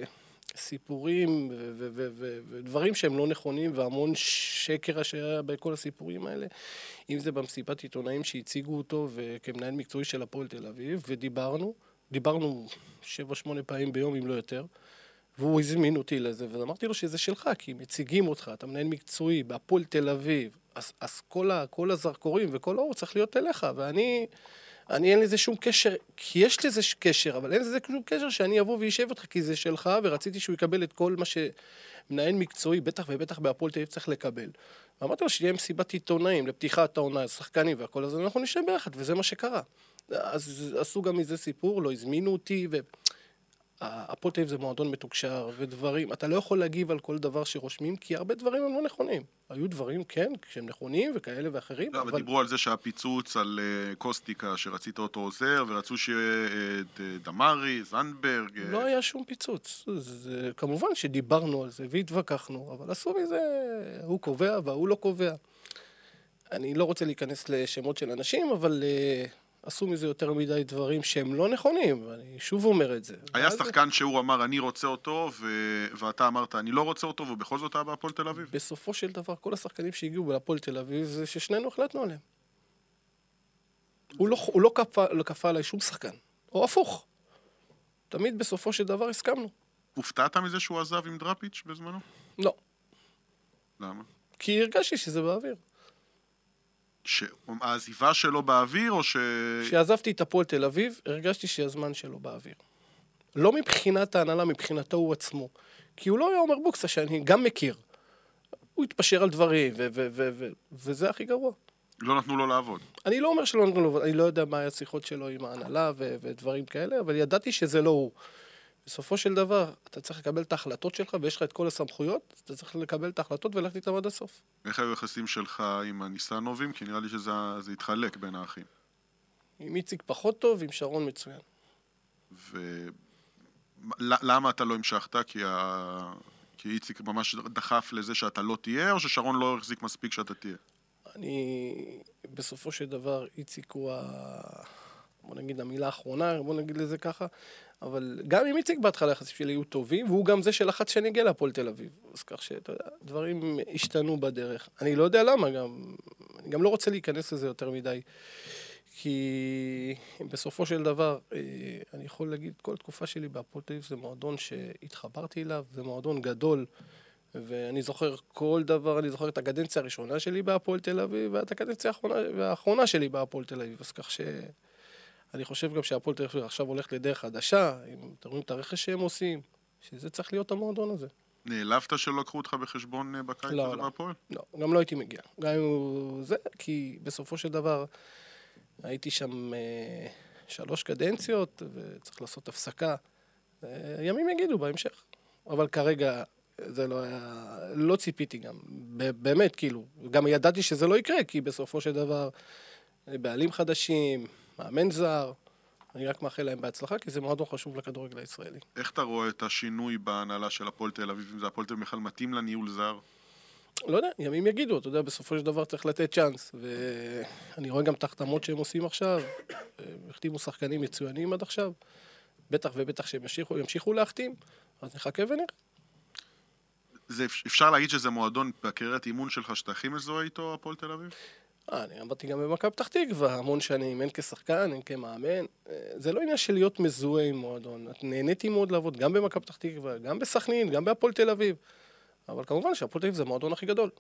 סיפורים ודברים שהם לא נכונים, והמון שקר שהיה בכל הסיפורים האלה, אם זה במסיבת עיתונאים שהציגו אותו וכמנהל מקצועי של הפועל תל אביב, ודיברנו, דיברנו שבע, שמונה פעמים ביום, אם לא יותר, והוא הזמין אותי לזה, ואמרתי לו שזה שלך, כי מציגים אותך, אתה מנהל מקצועי בהפועל תל אביב, אז, אז כל, ה, כל הזרקורים וכל האור צריך להיות אליך, ואני... אני אין לזה שום קשר, כי יש לזה קשר, אבל אין לזה שום קשר שאני אבוא וישב אותך, כי זה שלך, ורציתי שהוא יקבל את כל מה שמנהל מקצועי, בטח ובטח בהפועל תל אביב צריך לקבל. ואמרתי לו שיהיה מסיבת עיתונאים, לפתיחת העונה, שחקנים והכל, אז אנחנו נשב ביחד, וזה מה שקרה. אז עשו גם מזה סיפור, לא הזמינו אותי, ו... הפועל תל אביב זה מועדון מתוקשר ודברים, אתה לא יכול להגיב על כל דבר שרושמים, כי הרבה דברים הם לא נכונים. היו דברים, כן, שהם נכונים וכאלה ואחרים. לא, אבל דיברו על זה שהפיצוץ על קוסטיקה, שרצית אותו עוזר, ורצו שיהיה דמרי, זנדברג. לא היה שום פיצוץ. כמובן שדיברנו על זה והתווכחנו, אבל עשו מזה, הוא קובע והוא לא קובע. אני לא רוצה להיכנס לשמות של אנשים, אבל... עשו מזה יותר מדי דברים שהם לא נכונים, ואני שוב אומר את זה. היה שחקן שהוא אמר, אני רוצה אותו, ו... ואתה אמרת, אני לא רוצה אותו, ובכל זאת היה בהפועל תל אביב? בסופו של דבר, כל השחקנים שהגיעו בהפועל תל אביב, זה ששנינו החלטנו עליהם. הוא לא, הוא לא כפה, לא כפה עליי שום שחקן, או הפוך. תמיד בסופו של דבר הסכמנו. הופתעת מזה שהוא עזב עם דראפיץ' בזמנו? לא. למה? כי הרגשתי שזה באוויר. העזיבה שלו באוויר, או ש... כשעזבתי את הפועל תל אביב, הרגשתי שהזמן שלו באוויר. לא מבחינת ההנהלה, מבחינתו הוא עצמו. כי הוא לא היה אומר בוקסה, שאני גם מכיר. הוא התפשר על דברים, ו- ו- ו- ו- וזה הכי גרוע. לא נתנו לו לעבוד. אני לא אומר שלא נתנו לו לעבוד, אני לא יודע מה היה השיחות שלו עם ההנהלה ו- ודברים כאלה, אבל ידעתי שזה לא הוא. בסופו של דבר, אתה צריך לקבל את ההחלטות שלך, ויש לך את כל הסמכויות, אתה צריך לקבל את ההחלטות ולכת איתם עד הסוף. איך היו יחסים שלך עם הניסנובים? כי נראה לי שזה יתחלק בין האחים. עם איציק פחות טוב, עם שרון מצוין. ולמה אתה לא המשכת? כי, ה... כי איציק ממש דחף לזה שאתה לא תהיה, או ששרון לא החזיק מספיק שאתה תהיה? אני, בסופו של דבר, איציק הוא ה... בוא נגיד המילה האחרונה, בוא נגיד לזה ככה, אבל גם עם איציק בהתחלה יחסים שלי היו טובים, והוא גם זה שלחץ שאני אגיע להפועל תל אביב. אז כך שאתה יודע, דברים השתנו בדרך. אני לא יודע למה, גם, אני גם לא רוצה להיכנס לזה יותר מדי, כי בסופו של דבר, אני יכול להגיד, כל תקופה שלי בהפועל תל אביב זה מועדון שהתחברתי אליו, זה מועדון גדול, ואני זוכר כל דבר, אני זוכר את הקדנציה הראשונה שלי בהפועל תל אביב, ואת הקדנציה האחרונה שלי בהפועל תל אביב, אז כך ש... אני חושב גם שהפועל תל אביב עכשיו הולכת לדרך חדשה, אם אתם רואים את הרכש שהם עושים, שזה צריך להיות המועדון הזה. נעלבת שלא לקחו אותך בחשבון בקיץ הזה בהפועל? לא, גם לא הייתי מגיע. גם זה, כי בסופו של דבר הייתי שם אה, שלוש קדנציות, וצריך לעשות הפסקה. אה, ימים יגידו בהמשך. אבל כרגע זה לא היה, לא ציפיתי גם. באמת, כאילו, גם ידעתי שזה לא יקרה, כי בסופו של דבר בעלים חדשים, מאמן זר, אני רק מאחל להם בהצלחה, כי זה מאוד חשוב לכדורגל הישראלי. איך אתה רואה את השינוי בהנהלה של הפועל תל אביב, אם זה הפועל תל אביב בכלל מתאים לניהול זר? לא יודע, ימים יגידו, אתה יודע, בסופו של דבר צריך לתת צ'אנס, ואני רואה גם את ההחתמות שהם עושים עכשיו, החתימו שחקנים מצוינים עד עכשיו, בטח ובטח שהם ימשיכו, ימשיכו להחתים, אז נחכה ונראה. זה, אפשר להגיד שזה מועדון בקריירת אימון שלך שאתה הכי מזוהה איתו, הפועל תל אביב? אני עמדתי גם במכבי פתח תקווה, המון שנים, הן כשחקן, הן כמאמן. זה לא עניין של להיות מזוהה עם מועדון. נהניתי מאוד לעבוד גם במכבי פתח תקווה, גם בסכנין, גם בהפועל תל אביב. אבל כמובן שהפועל תל אביב זה המועדון הכי גדול.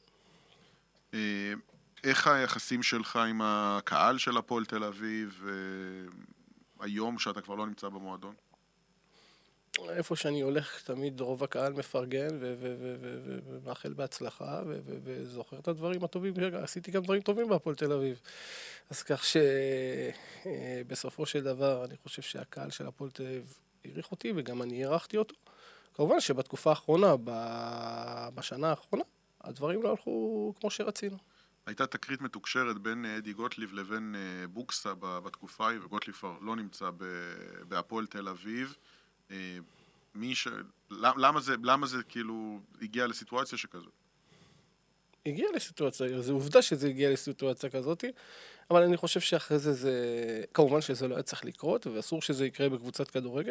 איך היחסים שלך עם הקהל של הפועל תל אביב היום שאתה כבר לא נמצא במועדון? איפה שאני הולך, תמיד רוב הקהל מפרגן ומאחל בהצלחה וזוכר את הדברים הטובים. עשיתי גם דברים טובים בהפועל תל אביב. אז כך שבסופו של דבר אני חושב שהקהל של הפועל תל אביב העריך אותי וגם אני הערכתי אותו. כמובן שבתקופה האחרונה, בשנה האחרונה, הדברים לא הלכו כמו שרצינו. הייתה תקרית מתוקשרת בין אדי גוטליב לבין בוקסה בתקופה ההיא, וגוטליב כבר לא נמצא בהפועל תל אביב. מי ש... למה זה, למה זה כאילו הגיע לסיטואציה שכזו? הגיע לסיטואציה, זו עובדה שזה הגיע לסיטואציה כזאת, אבל אני חושב שאחרי זה, זה... כמובן שזה לא היה צריך לקרות, ואסור שזה יקרה בקבוצת כדורגל,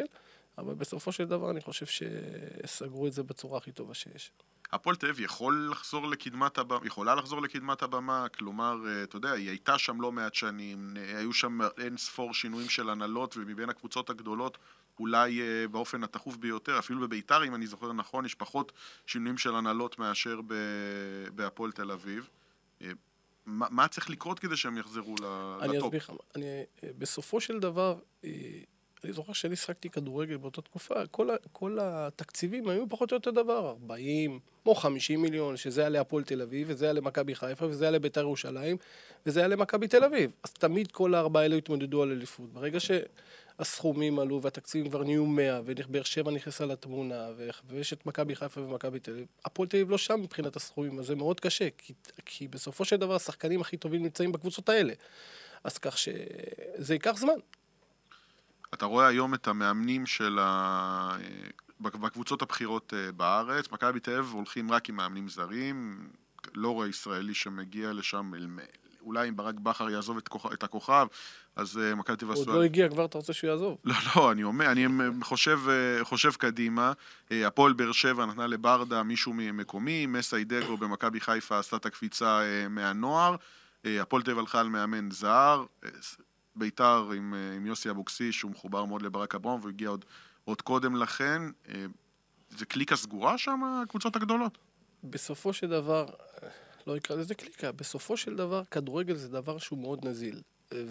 אבל בסופו של דבר אני חושב שסגרו את זה בצורה הכי טובה שיש. הפועל תל אביב יכול לחזור לקדמת הבמה, יכולה לחזור לקדמת הבמה, כלומר, אתה יודע, היא הייתה שם לא מעט שנים, היו שם אין ספור שינויים של הנהלות, ומבין הקבוצות הגדולות, אולי באופן התחוף ביותר, אפילו בביתר, אם אני זוכר נכון, יש פחות שינויים של הנהלות מאשר בהפועל תל אביב. מה, מה צריך לקרות כדי שהם יחזרו לטופ? אני אסביר לך, אני, בסופו של דבר, אני זוכר שאני שחקתי כדורגל באותה תקופה, כל, כל התקציבים היו פחות או יותר דבר, ארבעים או חמישים מיליון, שזה היה להפועל תל אביב, וזה היה למכבי חיפה, וזה היה לביתר ירושלים, וזה היה למכבי תל אביב. אז תמיד כל הארבעה האלה התמודדו על אליפות. ברגע שהסכומים עלו והתקציבים כבר נהיו מאה, ובאר שבע נכנסה לתמונה, ויש את מכבי חיפה ומכבי תל אביב, הפועל תל אביב לא שם מבחינת הסכומים, אז זה מאוד קשה, כי, כי בסופו של דבר השחקנים הכי טובים נמצאים בקבוצות האלה. אז כך שזה ייקח זמן. אתה רואה היום את המאמנים של ה... בקבוצות הבחירות בארץ, מכבי תל אביב הולכים רק עם מאמנים זרים, לא רואה ישראלי שמגיע לשם, אולי אם ברק בכר יעזוב את, כוכ... את הכוכב, אז מכבי תל אביב... עוד לא הגיע כבר, אתה רוצה שהוא יעזוב? לא, לא, אני אומר, אני חושב, חושב קדימה, הפועל באר שבע נתנה לברדה מישהו מקומי, מסיידגו במכבי חיפה עשתה את הקפיצה מהנוער, הפועל תל אביב הלכה על מאמן זר, ביתר עם, עם יוסי אבוקסיס, שהוא מחובר מאוד לברק אברהם, והוא הגיע עוד, עוד קודם לכן. זה קליקה סגורה שם, הקבוצות הגדולות? בסופו של דבר, לא יקרא לזה קליקה, בסופו של דבר, כדורגל זה דבר שהוא מאוד נזיל.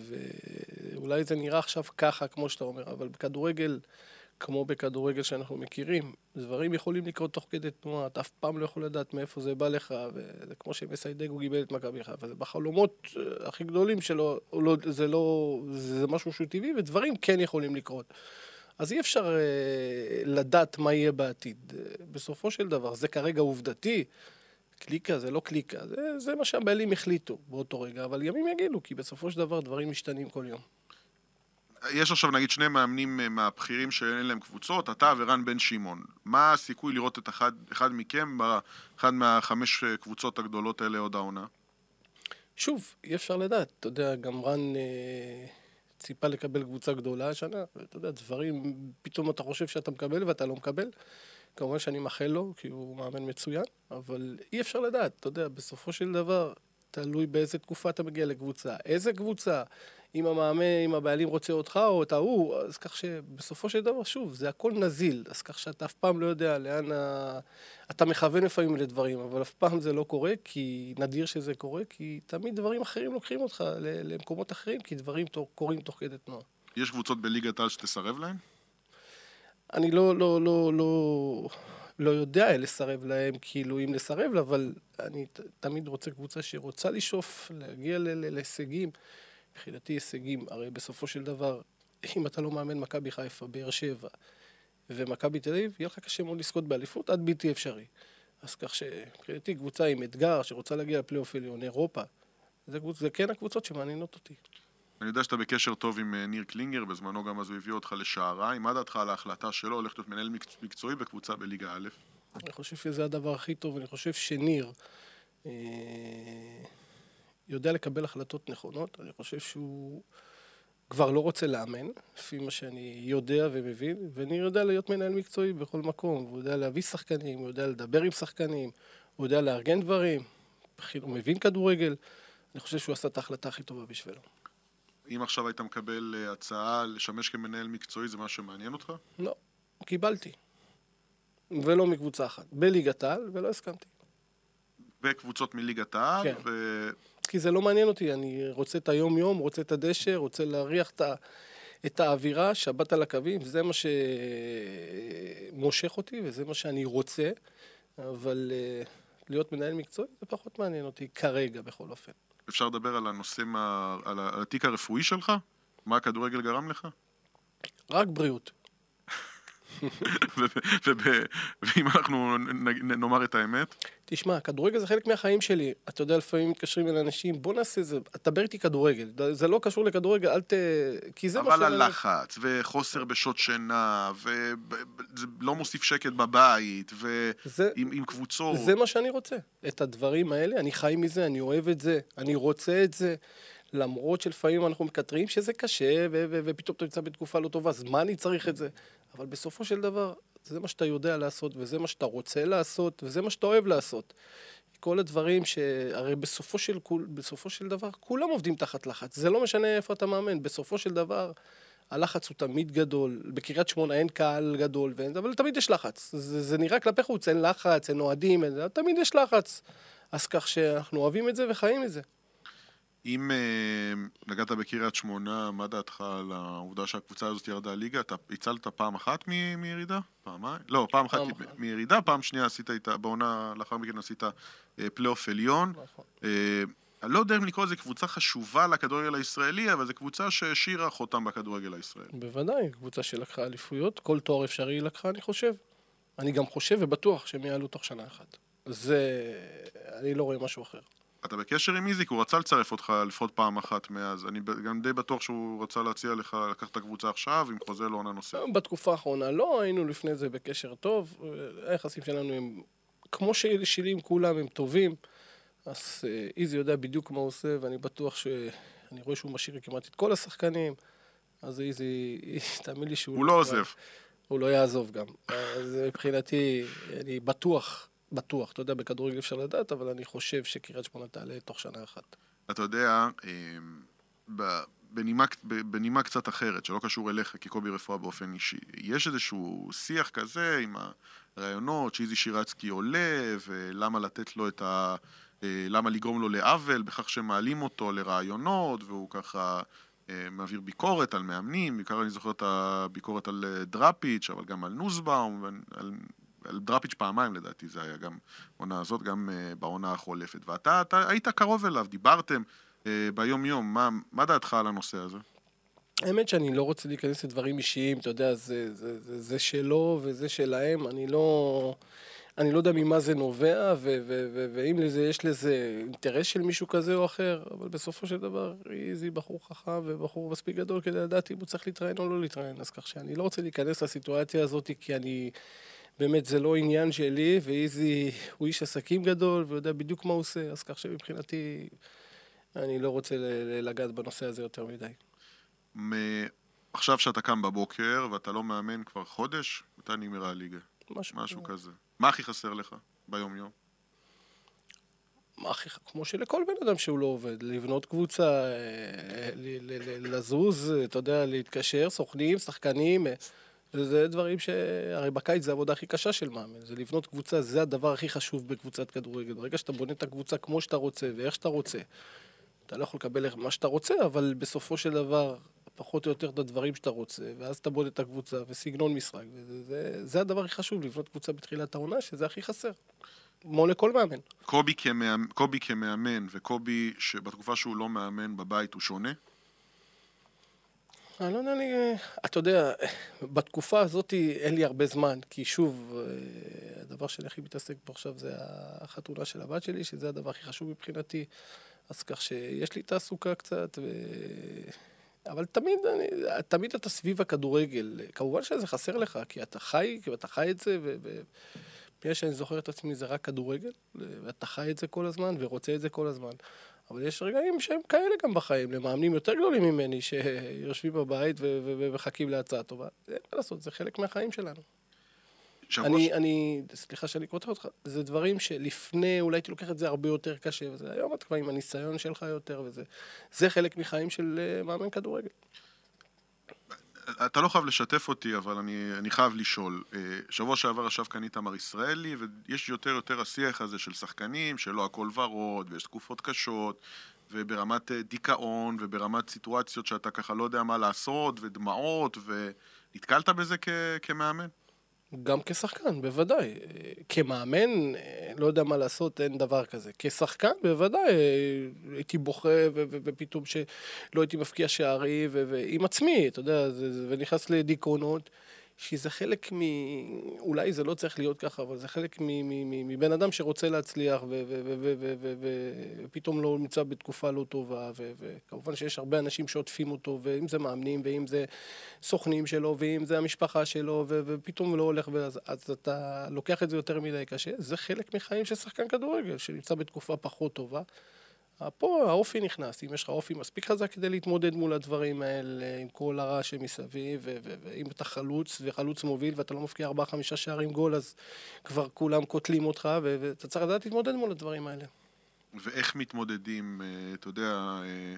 ואולי זה נראה עכשיו ככה, כמו שאתה אומר, אבל בכדורגל, כמו בכדורגל שאנחנו מכירים, דברים יכולים לקרות תוך כדי תנועה, אתה אף פעם לא יכול לדעת מאיפה זה בא לך, וזה כמו שמסיידגו גיבל את מכבי חיפה, זה בחלומות הכי גדולים שלו, לא, זה לא, זה משהו שהוא טבעי, ודברים כן יכולים לקרות. אז אי אפשר אה, לדעת מה יהיה בעתיד. בסופו של דבר, זה כרגע עובדתי, קליקה זה לא קליקה, זה, זה מה שהבעלים החליטו באותו רגע, אבל ימים יגידו, כי בסופו של דבר דברים משתנים כל יום. יש עכשיו נגיד שני מאמנים מהבחירים שאין להם קבוצות, אתה ורן בן שמעון. מה הסיכוי לראות את אחד, אחד מכם באחד מהחמש קבוצות הגדולות האלה עוד העונה? שוב, אי אפשר לדעת. אתה יודע, גם רן אה, ציפה לקבל קבוצה גדולה השנה, ואתה יודע, דברים, פתאום אתה חושב שאתה מקבל ואתה לא מקבל. כמובן שאני מאחל לו, כי הוא מאמן מצוין, אבל אי אפשר לדעת. אתה יודע, בסופו של דבר, תלוי באיזה תקופה אתה מגיע לקבוצה. איזה קבוצה? אם המאמן, אם הבעלים רוצה אותך או את ההוא, אז כך שבסופו של דבר, שוב, זה הכל נזיל, אז כך שאתה אף פעם לא יודע לאן ה... אתה מכוון לפעמים לדברים, אבל אף פעם זה לא קורה, כי נדיר שזה קורה, כי תמיד דברים אחרים לוקחים אותך למקומות אחרים, כי דברים קורים תוך כדי תנועה. יש קבוצות בליגת העל שתסרב להם? אני לא, לא, לא, לא, לא יודע לסרב להם, כאילו אם לסרב, אבל אני תמיד רוצה קבוצה שרוצה לשאוף, להגיע להישגים, מבחינתי הישגים, הרי בסופו של דבר, אם אתה לא מאמן מכבי חיפה, באר שבע ומכבי תל אביב, יהיה לך קשה מאוד לזכות באליפות, עד בלתי אפשרי. אז כך שמבחינתי קבוצה עם אתגר, שרוצה להגיע לפלייאוף עליון, אירופה, זה, זה כן הקבוצות שמעניינות אותי. אני יודע שאתה בקשר טוב עם ניר קלינגר, בזמנו גם אז הוא הביא אותך לשעריים. מה דעתך על ההחלטה שלו הולכת להיות מנהל מקצועי בקבוצה בליגה א'? אני חושב שזה הדבר הכי טוב, אני חושב שניר אה, יודע לקבל החלטות נכונות, אני חושב שהוא כבר לא רוצה לאמן, לפי מה שאני יודע ומבין, וניר יודע להיות מנהל מקצועי בכל מקום, הוא יודע להביא שחקנים, הוא יודע לדבר עם שחקנים, הוא יודע לארגן דברים, הוא מבין כדורגל, אני חושב שהוא עשה את ההחלטה הכי טובה בשבילו. אם עכשיו היית מקבל הצעה לשמש כמנהל מקצועי, זה מה שמעניין אותך? לא, קיבלתי. ולא מקבוצה אחת. בליגת העל, ולא הסכמתי. בקבוצות מליגת העל? כן. ו... כי זה לא מעניין אותי. אני רוצה את היום-יום, רוצה את הדשא, רוצה להריח את, ה... את האווירה, שבת על הקווים. זה מה שמושך אותי, וזה מה שאני רוצה. אבל להיות מנהל מקצועי, זה פחות מעניין אותי כרגע, בכל אופן. אפשר לדבר על הנושאים, על התיק הרפואי שלך? מה הכדורגל גרם לך? רק בריאות. ואם אנחנו נאמר את האמת? תשמע, כדורגל זה חלק מהחיים שלי. אתה יודע, לפעמים מתקשרים אל אנשים, בוא נעשה זה, תדבר איתי כדורגל. זה לא קשור לכדורגל, אל ת... כי זה אבל הלחץ, וחוסר בשעות שינה, וזה לא מוסיף שקט בבית, ועם קבוצות. זה מה שאני רוצה. את הדברים האלה, אני חי מזה, אני אוהב את זה, אני רוצה את זה. למרות שלפעמים אנחנו מקטרים שזה קשה, ו- ו- ופתאום אתה נמצא בתקופה לא טובה, אז מה אני צריך את זה? אבל בסופו של דבר, זה מה שאתה יודע לעשות, וזה מה שאתה רוצה לעשות, וזה מה שאתה אוהב לעשות. כל הדברים שהרי בסופו של, בסופו של דבר, כולם עובדים תחת לחץ. זה לא משנה איפה אתה מאמן. בסופו של דבר, הלחץ הוא תמיד גדול. בקריית שמונה אין קהל גדול, ואין, אבל תמיד יש לחץ. זה, זה נראה כלפי חוץ, אין לחץ, אין אוהדים, אין, תמיד יש לחץ. אז כך שאנחנו אוהבים את זה וחיים את זה. אם uh, נגעת בקריית שמונה, מה דעתך על העובדה שהקבוצה הזאת ירדה ליגה? אתה הצלת פעם אחת מ- מירידה? פעמיים? לא, פעם אחת פעם אחת. מירידה, פעם שנייה עשית איתה, בעונה לאחר מכן עשית uh, פלייאוף עליון. נכון. Uh, אני לא יודע אם לקרוא לזה קבוצה חשובה לכדורגל הישראלי, אבל זו קבוצה שהשאירה חותם בכדורגל הישראלי. בוודאי, קבוצה שלקחה אליפויות, כל תואר אפשרי היא לקחה, אני חושב. אני גם חושב ובטוח שהם יעלו תוך שנה אחת. זה, אני לא רואה משהו אחר. אתה בקשר עם איזיק, הוא רצה לצרף אותך לפחות פעם אחת מאז. אני גם די בטוח שהוא רצה להציע לך לקחת את הקבוצה עכשיו, עם חוזה לעונה נוספת. בתקופה האחרונה לא, היינו לפני זה בקשר טוב. היחסים שלנו הם, כמו שלי עם כולם, הם טובים. אז איזי יודע בדיוק מה הוא עושה, ואני בטוח שאני רואה שהוא משאיר כמעט את כל השחקנים. אז איזי, תאמין לי שהוא... הוא לא עוזב. הוא לא יעזוב גם. אז מבחינתי, אני בטוח... בטוח, אתה יודע, בכדורגל אפשר לדעת, אבל אני חושב שקריית שמונה תעלה תוך שנה אחת. אתה יודע, בנימה, בנימה קצת אחרת, שלא קשור אליך כקובי רפואה באופן אישי, יש איזשהו שיח כזה עם הרעיונות שאיזי שירצקי עולה, ולמה לתת לו את ה... למה לגרום לו לעוול, בכך שמעלים אותו לרעיונות, והוא ככה מעביר ביקורת על מאמנים, בעיקר אני זוכר את הביקורת על דראפיץ', אבל גם על נוסבאום, על... על דראפיץ' פעמיים לדעתי, זה היה גם עונה הזאת, גם uh, בעונה החולפת. ואתה אתה, היית קרוב אליו, דיברתם uh, ביום יום, מה, מה דעתך על הנושא הזה? האמת שאני לא רוצה להיכנס לדברים אישיים, אתה יודע, זה, זה, זה, זה שלו וזה שלהם, אני לא, אני לא יודע ממה זה נובע, ו, ו, ו, ואם לזה, יש לזה אינטרס של מישהו כזה או אחר, אבל בסופו של דבר, איזי בחור חכם ובחור מספיק גדול כדי לדעת אם הוא צריך להתראיין או לא להתראיין, אז כך שאני לא רוצה להיכנס לסיטואציה הזאת, כי אני... באמת זה לא עניין שלי, ואיזי הוא איש עסקים גדול, ויודע בדיוק מה הוא עושה, אז כך שמבחינתי אני לא רוצה לגעת בנושא הזה יותר מדי. עכשיו שאתה קם בבוקר, ואתה לא מאמן כבר חודש, מתי נגמרה הליגה? משהו, משהו כזה. מה הכי חסר לך ביום יום? מה הכי, כמו שלכל בן אדם שהוא לא עובד, לבנות קבוצה, לזוז, אתה יודע, להתקשר, סוכנים, שחקנים, זה דברים ש... הרי בקיץ זה העבודה הכי קשה של מאמן, זה לבנות קבוצה, זה הדבר הכי חשוב בקבוצת כדורגל. ברגע שאתה בונה את הקבוצה כמו שאתה רוצה ואיך שאתה רוצה, אתה לא יכול לקבל מה שאתה רוצה, אבל בסופו של דבר, פחות או יותר את הדברים שאתה רוצה, ואז אתה בונה את הקבוצה וסגנון משחק, וזה, זה, זה הדבר הכי חשוב, לבנות קבוצה בתחילת העונה, שזה הכי חסר. כמו לכל מאמן. קובי כמאמן, קובי כמאמן וקובי שבתקופה שהוא לא מאמן בבית הוא שונה? אני לא יודע, אני, אתה יודע, בתקופה הזאת אין לי הרבה זמן, כי שוב, הדבר שאני הכי מתעסק פה עכשיו זה החתונה של הבת שלי, שזה הדבר הכי חשוב מבחינתי, אז כך שיש לי תעסוקה קצת, ו... אבל תמיד, אני, תמיד אתה סביב הכדורגל, כמובן שזה חסר לך, כי אתה חי, כי אתה חי את זה, ו... ו... בגלל שאני זוכר את עצמי זה רק כדורגל, ואתה חי את זה כל הזמן ורוצה את זה כל הזמן. אבל יש רגעים שהם כאלה גם בחיים, למאמנים יותר גדולים ממני, שיושבים בבית ומחכים להצעה טובה. זה מה לעשות, זה חלק מהחיים שלנו. אני, אני, סליחה שאני קוטע אותך, זה דברים שלפני, אולי הייתי לוקח את זה הרבה יותר קשה, וזה היום אתה כבר עם הניסיון שלך יותר, וזה זה חלק מחיים של מאמן כדורגל. אתה לא חייב לשתף אותי, אבל אני, אני חייב לשאול. שבוע שעבר ישב כאן איתמר ישראלי, ויש יותר יותר השיח הזה של שחקנים, שלא הכל ורוד, ויש תקופות קשות, וברמת דיכאון, וברמת סיטואציות שאתה ככה לא יודע מה לעשות, ודמעות, ונתקלת בזה כ, כמאמן? גם כשחקן, בוודאי. כמאמן, לא יודע מה לעשות, אין דבר כזה. כשחקן, בוודאי, הייתי בוכה, ו- ו- ופתאום שלא הייתי מפקיע שערי, ו- ועם עצמי, אתה יודע, זה, זה, ונכנס לדיכאונות, שזה חלק מ... אולי זה לא צריך להיות ככה, אבל זה חלק מ- מ- מ- מבן אדם שרוצה להצליח, ו- ו- ו- ו- ו- ו- ו- ופתאום לא נמצא בתקופה לא טובה, ו- וכמובן שיש הרבה אנשים שעוטפים אותו, ואם זה מאמנים, ואם זה סוכנים שלו, ואם זה המשפחה שלו, ו- ופתאום לא הולך, ואז, אז אתה לוקח את זה יותר מדי קשה. זה חלק מחיים של שחקן כדורגל, שנמצא בתקופה פחות טובה. פה האופי נכנס, אם יש לך אופי מספיק חזק כדי להתמודד מול הדברים האלה, עם כל הרעש שמסביב, ואם אתה חלוץ וחלוץ מוביל ואתה לא מפקיע ארבעה חמישה שערים גול, אז כבר כולם קוטלים אותך, ואתה צריך לדעת להתמודד מול הדברים האלה. ואיך מתמודדים, אתה יודע,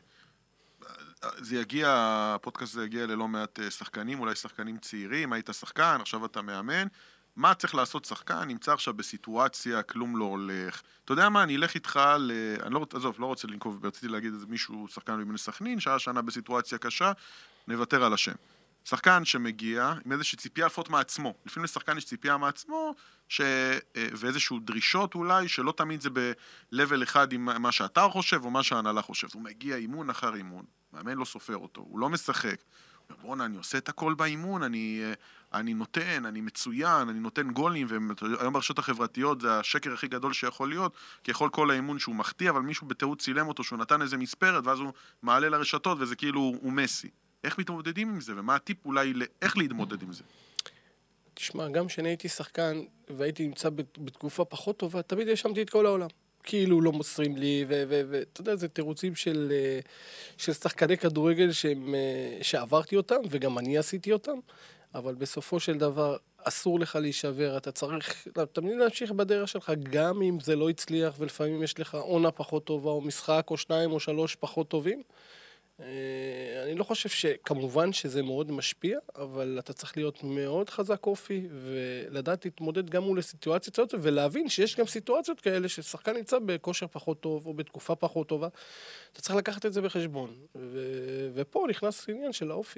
זה יגיע, הפודקאסט הזה יגיע ללא מעט שחקנים, אולי שחקנים צעירים, היית שחקן, עכשיו אתה מאמן, מה צריך לעשות שחקן? נמצא עכשיו בסיטואציה, כלום לא הולך. אתה יודע מה, אני אלך איתך ל... אני לא, עזוב, לא רוצה לנקוב, ברציתי להגיד איזה מישהו, שחקן מבני סכנין, שעה שנה בסיטואציה קשה, נוותר על השם. שחקן שמגיע עם איזושהי ציפייה לפחות מעצמו. לפעמים לשחקן יש ציפייה מעצמו, ש... ואיזשהו דרישות אולי, שלא תמיד זה ב-level אחד עם מה שאתה חושב או מה שההנהלה חושב. הוא מגיע אימון אחר אימון, מאמן לא סופר אותו, הוא לא משחק. בוא'נה, אני עושה את הכל באימון, אני, אני נותן, אני מצוין, אני נותן גולים, והיום ברשתות החברתיות זה השקר הכי גדול שיכול להיות, כי יכול כל האימון שהוא מחטיא, אבל מישהו בתיעוד צילם אותו, שהוא נתן איזה מספרת, ואז הוא מעלה לרשתות, וזה כאילו הוא מסי. איך מתמודדים עם זה, ומה הטיפ אולי לאיך להתמודד עם זה? תשמע, גם כשאני הייתי שחקן, והייתי נמצא בתקופה פחות טובה, תמיד ישמתי את כל העולם. כאילו לא מוסרים לי, ואתה יודע, זה תירוצים של, של שחקני כדורגל שהם, שעברתי אותם, וגם אני עשיתי אותם, אבל בסופו של דבר אסור לך להישבר, אתה צריך תמיד להמשיך בדרך שלך, גם אם זה לא הצליח, ולפעמים יש לך עונה פחות טובה, או משחק, או שניים, או שלוש פחות טובים. אני לא חושב שכמובן שזה מאוד משפיע, אבל אתה צריך להיות מאוד חזק אופי, ולדעת להתמודד גם מול סיטואציות, ולהבין שיש גם סיטואציות כאלה ששחקן נמצא בכושר פחות טוב, או בתקופה פחות טובה, אתה צריך לקחת את זה בחשבון, ו- ופה נכנס עניין של האופי.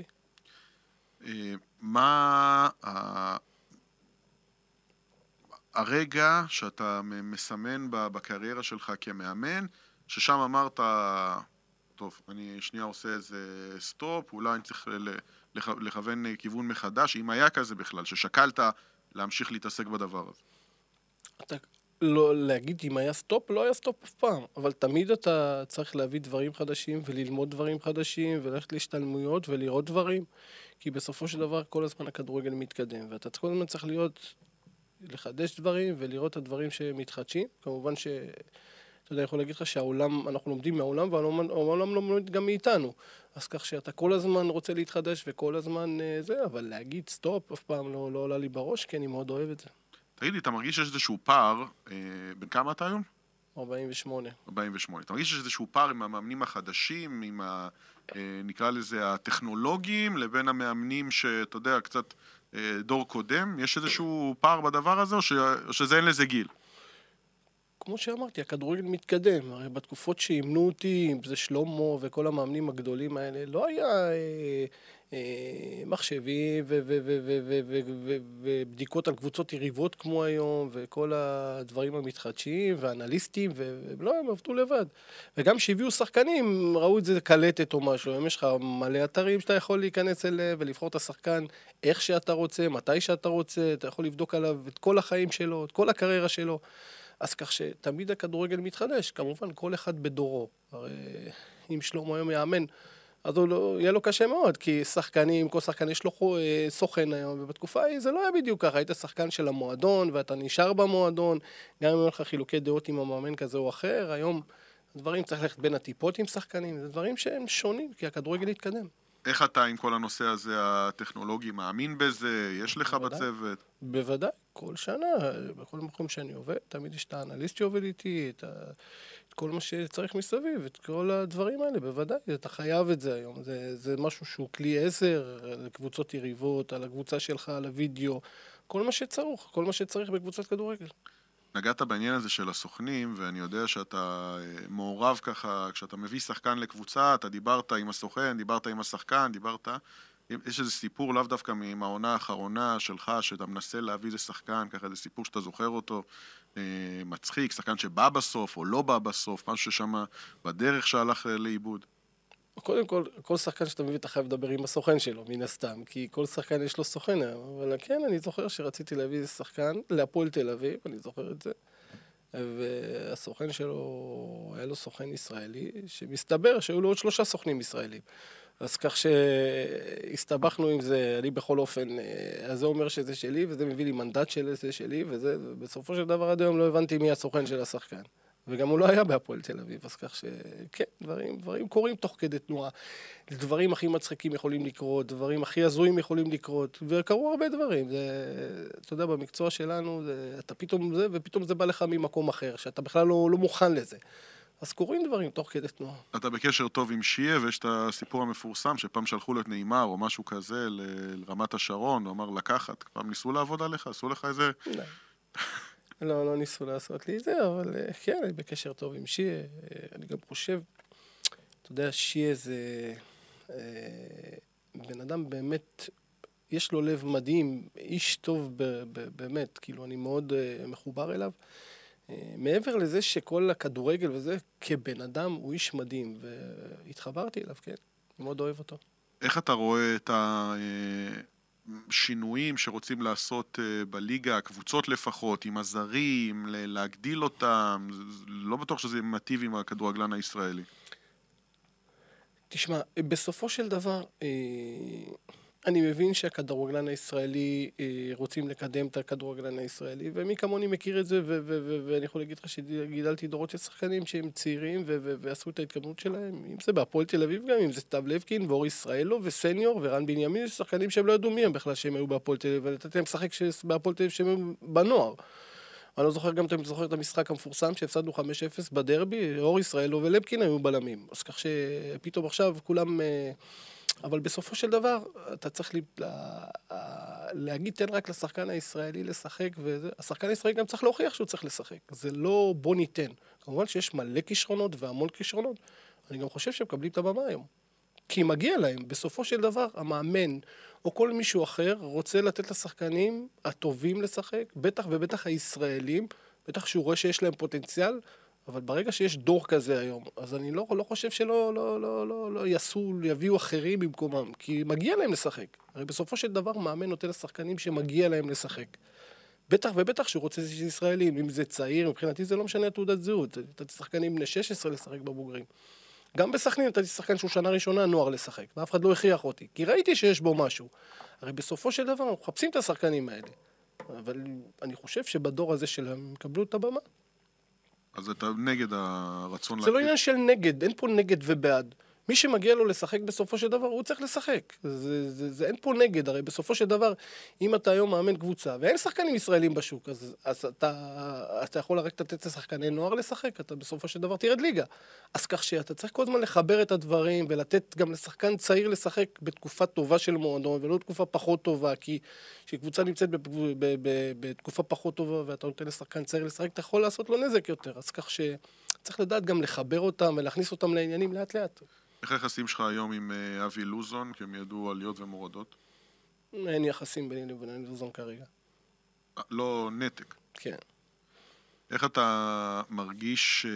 מה הרגע שאתה מסמן בקריירה שלך כמאמן, ששם אמרת... טוב, אני שנייה עושה איזה סטופ, אולי אני צריך לכוון כיוון מחדש, אם היה כזה בכלל, ששקלת להמשיך להתעסק בדבר הזה. אתה לא להגיד אם היה סטופ, לא היה סטופ אף פעם, אבל תמיד אתה צריך להביא דברים חדשים וללמוד דברים חדשים וללכת להשתלמויות ולראות דברים, כי בסופו של דבר כל הזמן הכדורגל מתקדם, ואתה כל הזמן צריך להיות, לחדש דברים ולראות את הדברים שמתחדשים, כמובן ש... אתה יודע, יכול להגיד לך שהעולם, אנחנו לומדים מהעולם, והעולם לא לומד גם מאיתנו. אז כך שאתה כל הזמן רוצה להתחדש, וכל הזמן זה, אבל להגיד סטופ, אף פעם לא, לא עולה לי בראש, כי אני מאוד אוהב את זה. תגיד לי, אתה מרגיש שיש איזשהו פער, אה, בין כמה אתה היום? ארבעים ושמונה. ארבעים ושמונה. אתה מרגיש שיש איזשהו פער עם המאמנים החדשים, עם ה... אה, נקרא לזה הטכנולוגיים, לבין המאמנים שאתה יודע, קצת אה, דור קודם? יש איזשהו פער בדבר הזה, או, ש... או שזה אין לזה גיל? כמו שאמרתי, הכדורגל מתקדם. הרי בתקופות שאימנו אותי, אם זה שלמה וכל המאמנים הגדולים האלה, לא היה אה, אה, מחשבים ו- ו- ו- ו- ו- ו- ו- ובדיקות על קבוצות יריבות כמו היום, וכל הדברים המתחדשים, ואנליסטים, ולא, הם עבדו לבד. וגם שהביאו שחקנים, ראו את זה קלטת או משהו. אם יש לך מלא אתרים שאתה יכול להיכנס אליהם, ולבחור את השחקן איך שאתה רוצה, מתי שאתה רוצה, אתה יכול לבדוק עליו את כל החיים שלו, את כל הקריירה שלו. אז כך שתמיד הכדורגל מתחדש, כמובן כל אחד בדורו. הרי אם שלמה היום יאמן, אז הוא לא, יהיה לו קשה מאוד, כי שחקנים, כל שחקן יש לו סוכן היום, ובתקופה ההיא זה לא היה בדיוק ככה, היית שחקן של המועדון, ואתה נשאר במועדון, גם אם אין לך חילוקי דעות עם המאמן כזה או אחר, היום דברים צריך ללכת בין הטיפות עם שחקנים, זה דברים שהם שונים, כי הכדורגל יתקדם. איך אתה עם כל הנושא הזה הטכנולוגי מאמין בזה? יש לך בוודאי, בצוות? בוודאי, כל שנה, בכל מקום שאני עובד, תמיד יש את האנליסט שעובד איתי, את, ה... את כל מה שצריך מסביב, את כל הדברים האלה, בוודאי, אתה חייב את זה היום. זה, זה משהו שהוא כלי עזר, לקבוצות יריבות, על הקבוצה שלך, על הוידאו, כל מה שצריך, כל מה שצריך בקבוצת כדורגל. נגעת בעניין הזה של הסוכנים, ואני יודע שאתה מעורב ככה, כשאתה מביא שחקן לקבוצה, אתה דיברת עם הסוכן, דיברת עם השחקן, דיברת... יש איזה סיפור, לאו דווקא מהעונה האחרונה שלך, שאתה מנסה להביא איזה שחקן, ככה איזה סיפור שאתה זוכר אותו, מצחיק, שחקן שבא בסוף או לא בא בסוף, משהו ששם בדרך שהלך לאיבוד. קודם כל, כל שחקן שאתה מביא, אתה חייב לדבר עם הסוכן שלו, מן הסתם, כי כל שחקן יש לו סוכן היום, אבל כן, אני זוכר שרציתי להביא איזה שחקן להפועל תל אביב, אני זוכר את זה, והסוכן שלו, היה לו סוכן ישראלי, שמסתבר שהיו לו עוד שלושה סוכנים ישראלים. אז כך שהסתבכנו עם זה, אני בכל אופן, אז זה אומר שזה שלי, וזה מביא לי מנדט של זה שלי, וזה, בסופו של דבר עד היום לא הבנתי מי הסוכן של השחקן. וגם הוא לא היה בהפועל תל אביב, אז כך שכן, דברים, דברים קורים תוך כדי תנועה. דברים הכי מצחיקים יכולים לקרות, דברים הכי הזויים יכולים לקרות, וקרו הרבה דברים. זה, אתה יודע, במקצוע שלנו, זה, אתה פתאום זה, ופתאום זה בא לך ממקום אחר, שאתה בכלל לא, לא מוכן לזה. אז קורים דברים תוך כדי תנועה. אתה בקשר טוב עם שיה, ויש את הסיפור המפורסם, שפעם שלחו לו את נאמר, או משהו כזה, לרמת השרון, הוא אמר לקחת, פעם ניסו לעבוד עליך, עשו לך איזה... לא, לא ניסו לעשות לי את זה, אבל כן, אני בקשר טוב עם שיה. אני גם חושב, אתה יודע, שיה זה בן אדם באמת, יש לו לב מדהים, איש טוב באמת, כאילו אני מאוד מחובר אליו. מעבר לזה שכל הכדורגל וזה, כבן אדם הוא איש מדהים, והתחברתי אליו, כן, אני מאוד אוהב אותו. איך אתה רואה את השינויים שרוצים לעשות בליגה, הקבוצות לפחות, עם הזרים, להגדיל אותם? לא בטוח שזה מטיב עם הכדורגלן הישראלי. תשמע, בסופו של דבר, אני מבין שהכדורגלן הישראלי רוצים לקדם את הכדורגלן הישראלי, ומי כמוני מכיר את זה, ואני יכול להגיד לך שגידלתי דורות של שחקנים שהם צעירים ועשו את ההתקדמות שלהם, אם זה בהפועל תל אביב גם, אם זה סתיו לבקין ואור ישראלו וסניור ורן בנימין, שחקנים שהם לא ידעו מי הם בכלל שהם היו בהפועל תל אביב, ונתתי להם לשחק בהפועל תל אביב שהם היו בנוער. אני לא זוכר גם, אתה זוכר את המשחק המפורסם שהפסדנו חמש אפס בדרבי, אור ישראלו ולבקין היו בלמים, אז כך שפתאום עכשיו כולם... אבל בסופו של דבר, אתה צריך להגיד, תן רק לשחקן הישראלי לשחק, והשחקן הישראלי גם צריך להוכיח שהוא צריך לשחק. זה לא בוא ניתן. כמובן שיש מלא כישרונות והמון כישרונות. אני גם חושב שהם מקבלים את הבמה היום. כי מגיע להם, בסופו של דבר, המאמן, או כל מישהו אחר, רוצה לתת לשחקנים הטובים לשחק, בטח ובטח הישראלים, בטח שהוא רואה שיש להם פוטנציאל, אבל ברגע שיש דור כזה היום, אז אני לא, לא חושב שלא לא, לא, לא, לא יעשו, יביאו אחרים במקומם, כי מגיע להם לשחק. הרי בסופו של דבר מאמן נותן לשחקנים שמגיע להם לשחק. בטח ובטח שהוא רוצה שזה ישראלים, אם זה צעיר, מבחינתי זה לא משנה תעודת זהות. אתה שחקנים בני שש עשרה לשחק בבוגרים. גם בסכנין אתה שחקן שהוא שנה ראשונה נוער לשחק, ואף אחד לא הכריח אותי, כי ראיתי שיש בו משהו. הרי בסופו של דבר אנחנו מחפשים את השחקנים האלה. אבל אני חושב שבדור הזה שלהם יקבלו את הבמה. אז אתה נגד הרצון... זה לא עניין של נגד, אין פה נגד ובעד. מי שמגיע לו לשחק בסופו של דבר, הוא צריך לשחק. זה, זה, זה, אין פה נגד, הרי בסופו של דבר, אם אתה היום מאמן קבוצה, ואין שחקנים ישראלים בשוק, אז, אז אתה, אתה יכול רק לתת לשחקני נוער לשחק, אתה בסופו של דבר תירד ליגה. אז כך שאתה צריך כל הזמן לחבר את הדברים, ולתת גם לשחקן צעיר לשחק בתקופה טובה של מועדון, ולא תקופה פחות טובה, כי כשקבוצה נמצאת בתקופה פחות טובה, ואתה נותן לשחקן צעיר לשחק, אתה יכול לעשות לו נזק יותר. אז כך שצריך לדעת גם לחבר אותם, ולהכניס אותם לעניינים לאט לאט. איך היחסים שלך היום עם אבי לוזון, כי הם ידעו עליות ומורדות? אין יחסים ביני לבין לוזון כרגע. לא נתק? כן. איך אתה מרגיש,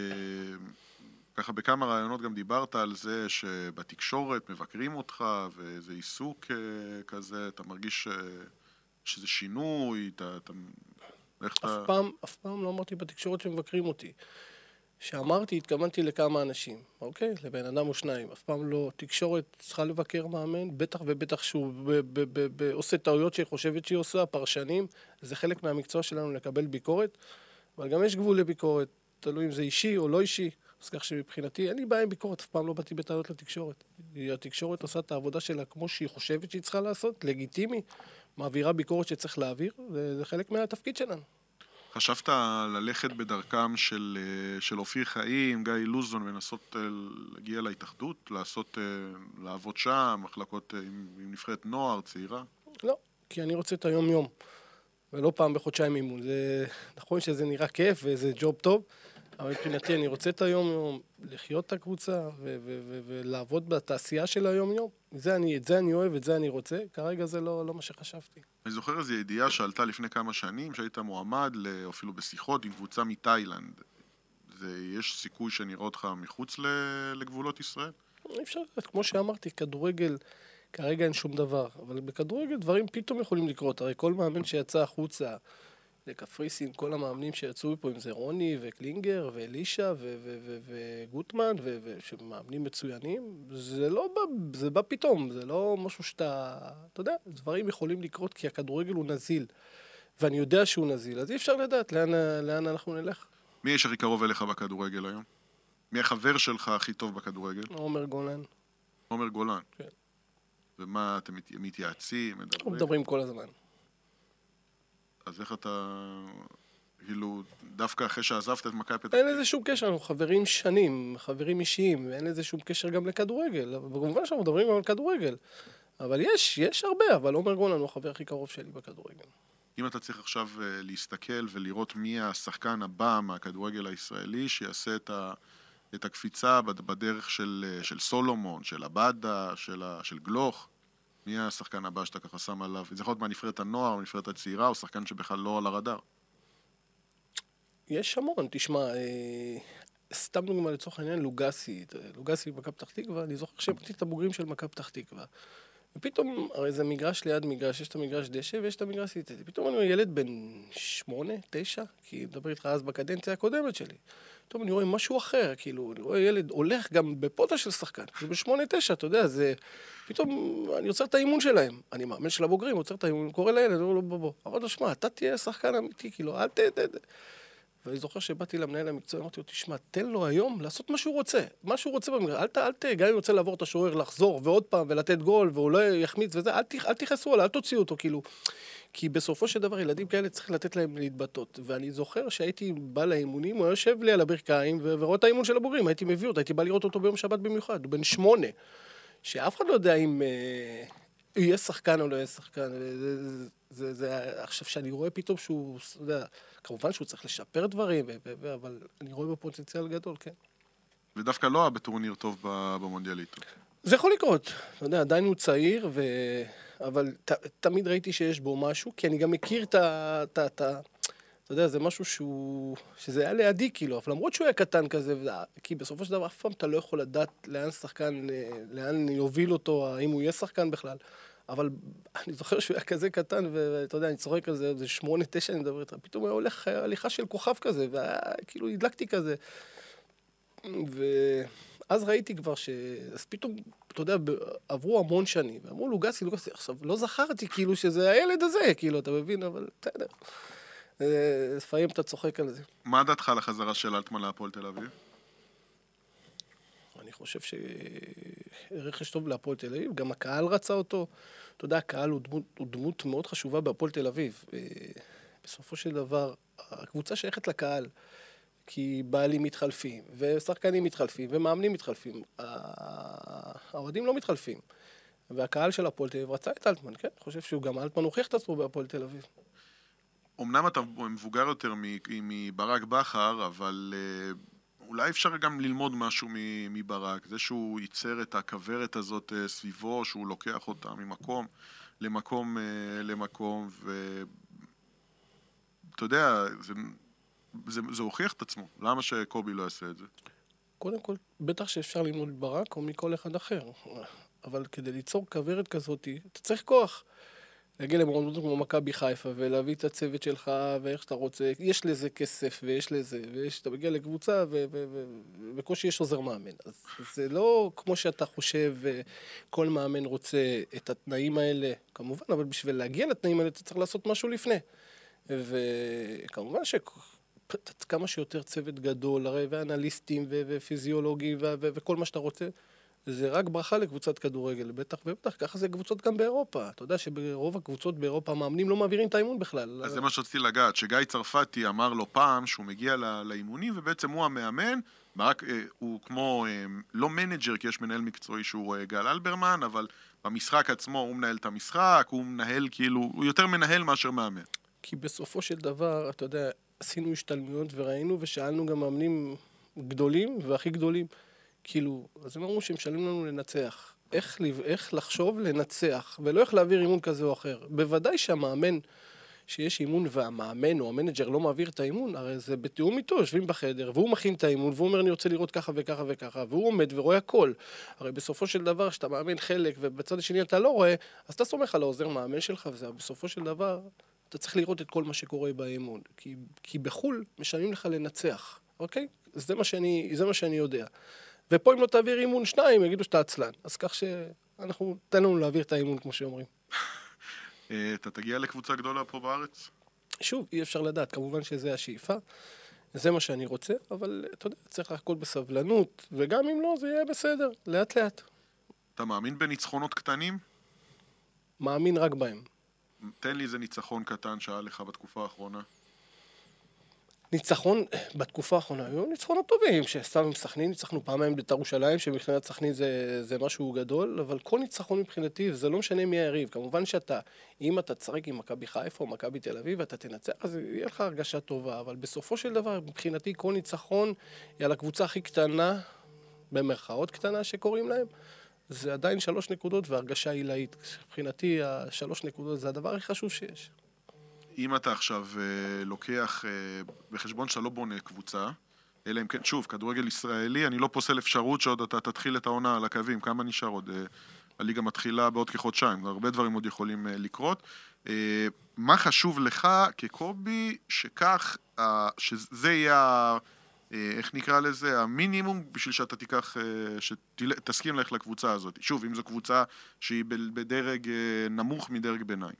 ככה בכמה רעיונות גם דיברת על זה שבתקשורת מבקרים אותך וזה עיסוק כזה, אתה מרגיש שזה שינוי, אתה... איך אתה... אף פעם, אף פעם לא אמרתי בתקשורת שמבקרים אותי. שאמרתי, התכוונתי לכמה אנשים, אוקיי? לבן אדם או שניים. אף פעם לא, תקשורת צריכה לבקר מאמן, בטח ובטח שהוא עושה טעויות שהיא חושבת שהיא עושה, פרשנים, זה חלק מהמקצוע שלנו לקבל ביקורת, אבל גם יש גבול לביקורת, תלוי אם זה אישי או לא אישי, אז כך שמבחינתי, אין לי בעיה עם ביקורת, אף פעם לא באתי בטעויות לתקשורת. התקשורת עושה את העבודה שלה כמו שהיא חושבת שהיא צריכה לעשות, לגיטימי, מעבירה ביקורת שצריך להעביר, זה חלק מהתפקיד שלנו. חשבת ללכת בדרכם של, של אופיר חיים, גיא לוזון, ונסות להגיע להתאחדות, לעשות, לעבוד שם, מחלקות עם, עם נבחרת נוער, צעירה? לא, כי אני רוצה את היום-יום, ולא פעם בחודשיים אימון. זה נכון שזה נראה כיף וזה ג'וב טוב, אבל מבחינתי אני רוצה את היום-יום, לחיות את הקבוצה ו- ו- ו- ולעבוד בתעשייה של היום-יום. זה אני, את זה אני אוהב, את זה אני רוצה. כרגע זה לא, לא מה שחשבתי. אני זוכר איזו ידיעה שעלתה לפני כמה שנים, שהיית מועמד, או אפילו בשיחות עם קבוצה מתאילנד. זה, יש סיכוי שנראה אותך מחוץ לגבולות ישראל? אי אפשר, כמו שאמרתי, כדורגל, כרגע אין שום דבר. אבל בכדורגל דברים פתאום יכולים לקרות. הרי כל מאמן שיצא החוצה, לקפריסין, כל המאמנים שיצאו פה, אם זה רוני וקלינגר ואלישה וגוטמן, שמאמנים מצוינים, זה לא בא, זה בא פתאום, זה לא משהו שאתה, אתה יודע, דברים יכולים לקרות כי הכדורגל הוא נזיל, ואני יודע שהוא נזיל, אז אי אפשר לדעת לאן, לאן אנחנו נלך. מי יש הכי קרוב אליך בכדורגל היום? מי החבר שלך הכי טוב בכדורגל? עומר גולן. עומר גולן. כן. ומה, אתם מת- מתייעצים? אנחנו מדברים? מדברים כל הזמן. אז איך אתה, כאילו, דווקא אחרי שעזבת את מכבי פתח אין לזה שום קשר, אנחנו חברים שנים, חברים אישיים, אין לזה שום קשר גם לכדורגל. במובן שאנחנו מדברים גם על כדורגל. אבל יש, יש הרבה, אבל עומר גולן הוא החבר הכי קרוב שלי בכדורגל. אם אתה צריך עכשיו אה, להסתכל ולראות מי השחקן הבא מהכדורגל הישראלי שיעשה את, ה, את הקפיצה בד- בדרך של, אה, של סולומון, של עבדה, של, ה- של גלוך, מי השחקן הבא שאתה ככה שם עליו? זה יכול להיות מהנבחרת הנוער, מהנבחרת הצעירה, או שחקן שבכלל לא על הרדאר. יש המון, תשמע, אה, סתם דוגמה לצורך העניין, לוגסי, לוגסי במכבי פתח תקווה, אני זוכר שהפתיק את הבוגרים של מכבי פתח תקווה. ופתאום, הרי זה מגרש ליד מגרש, יש את המגרש דשא ויש את המגרש סינתטי. פתאום אני רואה ילד בן שמונה, תשע, כי מדבר איתך אז בקדנציה הקודמת שלי. פתאום אני רואה משהו אחר, כאילו, אני רואה ילד הולך גם בפוטה של שחקן. זה בשמונה, תשע, אתה יודע, זה... פתאום אני עוצר את האימון שלהם. אני מאמן של הבוגרים, עוצר את האימון, קורא לילד, אומר לו, בוא, בוא. אבל לא, שמע, אתה תהיה שחקן אמיתי, כאילו, אל ת... ת- ת- ואני זוכר שבאתי למנהל המקצועי, אמרתי לו, תשמע, תן לו היום לעשות מה שהוא רוצה. מה שהוא רוצה במגרש. אל ת, אל ת, גם אם הוא רוצה לעבור את השוער, לחזור ועוד פעם ולתת גול, והוא לא יחמיץ וזה, אל, ת, אל תכעסו עליו, אל תוציאו אותו, כאילו. כי בסופו של דבר, ילדים כאלה צריך לתת להם להתבטאות. ואני זוכר שהייתי בא לאימונים, הוא יושב לי על הברכיים, ו- ורואה את האימון של הבוגרים, הייתי מביא אותו, הייתי בא לראות אותו ביום שבת במיוחד, הוא בן שמונה. שאף אחד לא יודע אם אה, הוא יהיה שחקן או לא יהיה שחקן. זה, זה, זה, זה, עכשיו שאני רואה פתאום שהוא, אתה יודע, כמובן שהוא צריך לשפר דברים, ו- ו- ו- אבל אני רואה בפוטנציאל גדול, כן. ודווקא לא היה בטורניר טוב ב- במונדיאליטו. זה יכול לקרות, אתה יודע, עדיין הוא צעיר, ו... אבל ת, תמיד ראיתי שיש בו משהו, כי אני גם מכיר את ה... את ה- את ה- אתה יודע, זה משהו שהוא... שזה היה לידי, כאילו, אבל למרות שהוא היה קטן כזה, ו- כי בסופו של דבר אף פעם אתה לא יכול לדעת לאן שחקן, לאן יוביל אותו, האם הוא יהיה שחקן בכלל. אבל אני זוכר שהוא היה כזה קטן, ואתה יודע, אני צוחק על זה, זה שמונה, תשע, אני מדבר איתך, פתאום היה הולך הליכה של כוכב כזה, וכאילו הדלקתי כזה. ואז ראיתי כבר ש... אז פתאום, אתה יודע, עברו המון שנים, ואמרו לוגסי, לוגסי, עכשיו, לא זכרתי כאילו שזה הילד הזה, כאילו, אתה מבין, אבל בסדר. לפעמים אתה צוחק על זה. מה דעתך על החזרה של אלטמן להפועל תל אביב? אני חושב שרכש טוב להפועל תל אביב, גם הקהל רצה אותו. אתה יודע, הקהל הוא דמות, הוא דמות מאוד חשובה בהפועל תל אביב. בסופו של דבר, הקבוצה שייכת לקהל, כי בעלים מתחלפים, ושחקנים מתחלפים, ומאמנים מתחלפים. האוהדים לא מתחלפים. והקהל של הפועל תל אביב רצה את אלטמן, כן? אני חושב שהוא גם אלטמן הוכיח את עצמו בהפועל תל אביב. אמנם אתה מבוגר יותר מברק בכר, אבל אולי אפשר גם ללמוד משהו מברק. זה שהוא ייצר את הכוורת הזאת סביבו, שהוא לוקח אותה ממקום למקום למקום, ואתה יודע, זה, זה, זה הוכיח את עצמו. למה שקובי לא יעשה את זה? קודם כל, בטח שאפשר ללמוד מברק או מכל אחד אחר. אבל כדי ליצור כוורת כזאת, אתה צריך כוח. להגיע למועדות כמו מכבי חיפה ולהביא את הצוות שלך ואיך שאתה רוצה. יש לזה כסף ויש לזה, ואתה מגיע לקבוצה ובקושי יש עוזר מאמן. אז זה לא כמו שאתה חושב, כל מאמן רוצה את התנאים האלה, כמובן, אבל בשביל להגיע לתנאים האלה אתה צריך לעשות משהו לפני. וכמובן שכמה שיותר צוות גדול, הרי ואנליסטים ופיזיולוגים וכל מה שאתה רוצה, זה רק ברכה לקבוצת כדורגל, בטח ובטח, ככה זה קבוצות גם באירופה. אתה יודע שברוב הקבוצות באירופה המאמנים לא מעבירים את האימון בכלל. אז זה מה שרציתי לגעת, שגיא צרפתי אמר לו פעם שהוא מגיע לאימונים, ובעצם הוא המאמן, רק, הוא כמו, לא מנג'ר, כי יש מנהל מקצועי שהוא גל אלברמן, אבל במשחק עצמו הוא מנהל את המשחק, הוא מנהל כאילו, הוא יותר מנהל מאשר מאמן. כי בסופו של דבר, אתה יודע, עשינו השתלמויות וראינו ושאלנו גם מאמנים גדולים והכי גדולים, כאילו, אז הם אמרו שהם משלמים לנו לנצח. איך, איך לחשוב לנצח, ולא איך להעביר אימון כזה או אחר. בוודאי שהמאמן, שיש אימון והמאמן או המנג'ר לא מעביר את האימון, הרי זה בתיאום איתו, יושבים בחדר, והוא מכין את האימון, והוא אומר אני רוצה לראות ככה וככה וככה, והוא עומד ורואה הכל. הרי בסופו של דבר, שאתה מאמן חלק, ובצד השני אתה לא רואה, אז אתה סומך על העוזר מאמן שלך, וזה בסופו של דבר, אתה צריך לראות את כל מה שקורה באימון. כי, כי בחול משלמים לך לנצח, אוקיי? זה מה שאני, זה מה שאני יודע. ופה אם לא תעביר אימון שניים, יגידו שאתה עצלן. אז כך שאנחנו, תן לנו להעביר את האימון, כמו שאומרים. אתה תגיע לקבוצה גדולה פה בארץ? שוב, אי אפשר לדעת. כמובן שזה השאיפה. זה מה שאני רוצה, אבל אתה יודע, צריך לחכות בסבלנות, וגם אם לא, זה יהיה בסדר, לאט לאט. אתה מאמין בניצחונות קטנים? מאמין רק בהם. תן לי איזה ניצחון קטן שהיה לך בתקופה האחרונה. ניצחון, בתקופה האחרונה, היו ניצחונות טובים, שסתם עם סכנין, ניצחנו פעמיים בית"ר ירושלים, שמבחינת סכנין זה, זה משהו גדול, אבל כל ניצחון מבחינתי, זה לא משנה מי היריב. כמובן שאתה, אם אתה תשחק עם מכבי חיפה או מכבי תל אביב, ואתה תנצח, אז יהיה לך הרגשה טובה, אבל בסופו של דבר, מבחינתי, כל ניצחון, היא על הקבוצה הכי קטנה, במרכאות קטנה שקוראים להם, זה עדיין שלוש נקודות והרגשה עילאית. מבחינתי, השלוש נקודות זה הדבר הכי חשוב שיש. אם אתה עכשיו אה, לוקח אה, בחשבון שאתה לא בונה קבוצה, אלא אם כן, שוב, כדורגל ישראלי, אני לא פוסל אפשרות שעוד אתה תתחיל את העונה על הקווים, כמה נשאר עוד? אה, הליגה מתחילה בעוד כחודשיים, הרבה דברים עוד יכולים אה, לקרות. אה, מה חשוב לך כקובי שכך, אה, שזה יהיה, אה, איך נקרא לזה, המינימום בשביל שאתה תיקח, אה, שתסכים ללכת לקבוצה הזאת? שוב, אם זו קבוצה שהיא בדרג אה, נמוך מדרג ביניים.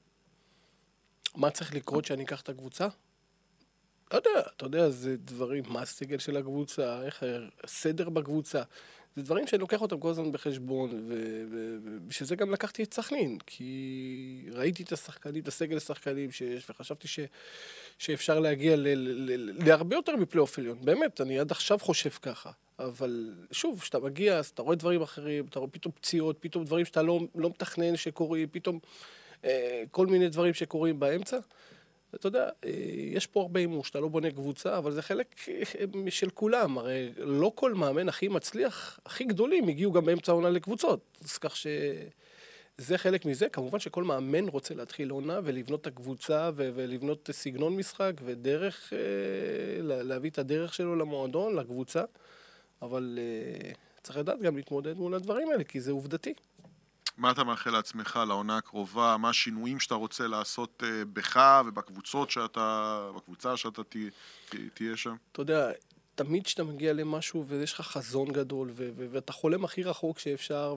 מה צריך לקרות שאני אקח את הקבוצה? לא יודע, אתה יודע, זה דברים, מה הסגל של הקבוצה, איך הסדר בקבוצה, זה דברים שאני לוקח אותם כל הזמן בחשבון, ובשביל זה גם לקחתי את סכנין, כי ראיתי את השחקנים, את הסגל השחקנים שיש, וחשבתי ש, שאפשר להגיע ל, ל, ל, להרבה יותר מפלייאוף עליון, באמת, אני עד עכשיו חושב ככה, אבל שוב, כשאתה מגיע, אז אתה רואה דברים אחרים, אתה רואה פתאום פציעות, פתאום דברים שאתה לא, לא מתכנן שקורים, פתאום כל מיני דברים שקורים באמצע. אתה יודע, יש פה הרבה אימון שאתה לא בונה קבוצה, אבל זה חלק של כולם. הרי לא כל מאמן הכי מצליח, הכי גדולים, הגיעו גם באמצע העונה לקבוצות. אז כך שזה חלק מזה. כמובן שכל מאמן רוצה להתחיל עונה ולבנות את הקבוצה ולבנות סגנון משחק ודרך, להביא את הדרך שלו למועדון, לקבוצה. אבל צריך לדעת גם להתמודד מול הדברים האלה, כי זה עובדתי. מה אתה מאחל לעצמך לעונה הקרובה? מה השינויים שאתה רוצה לעשות בך ובקבוצות שאתה, בקבוצה שאתה תהיה שם? אתה יודע, תמיד שאתה מגיע למשהו ויש לך חזון גדול, ואתה חולם הכי רחוק שאפשר,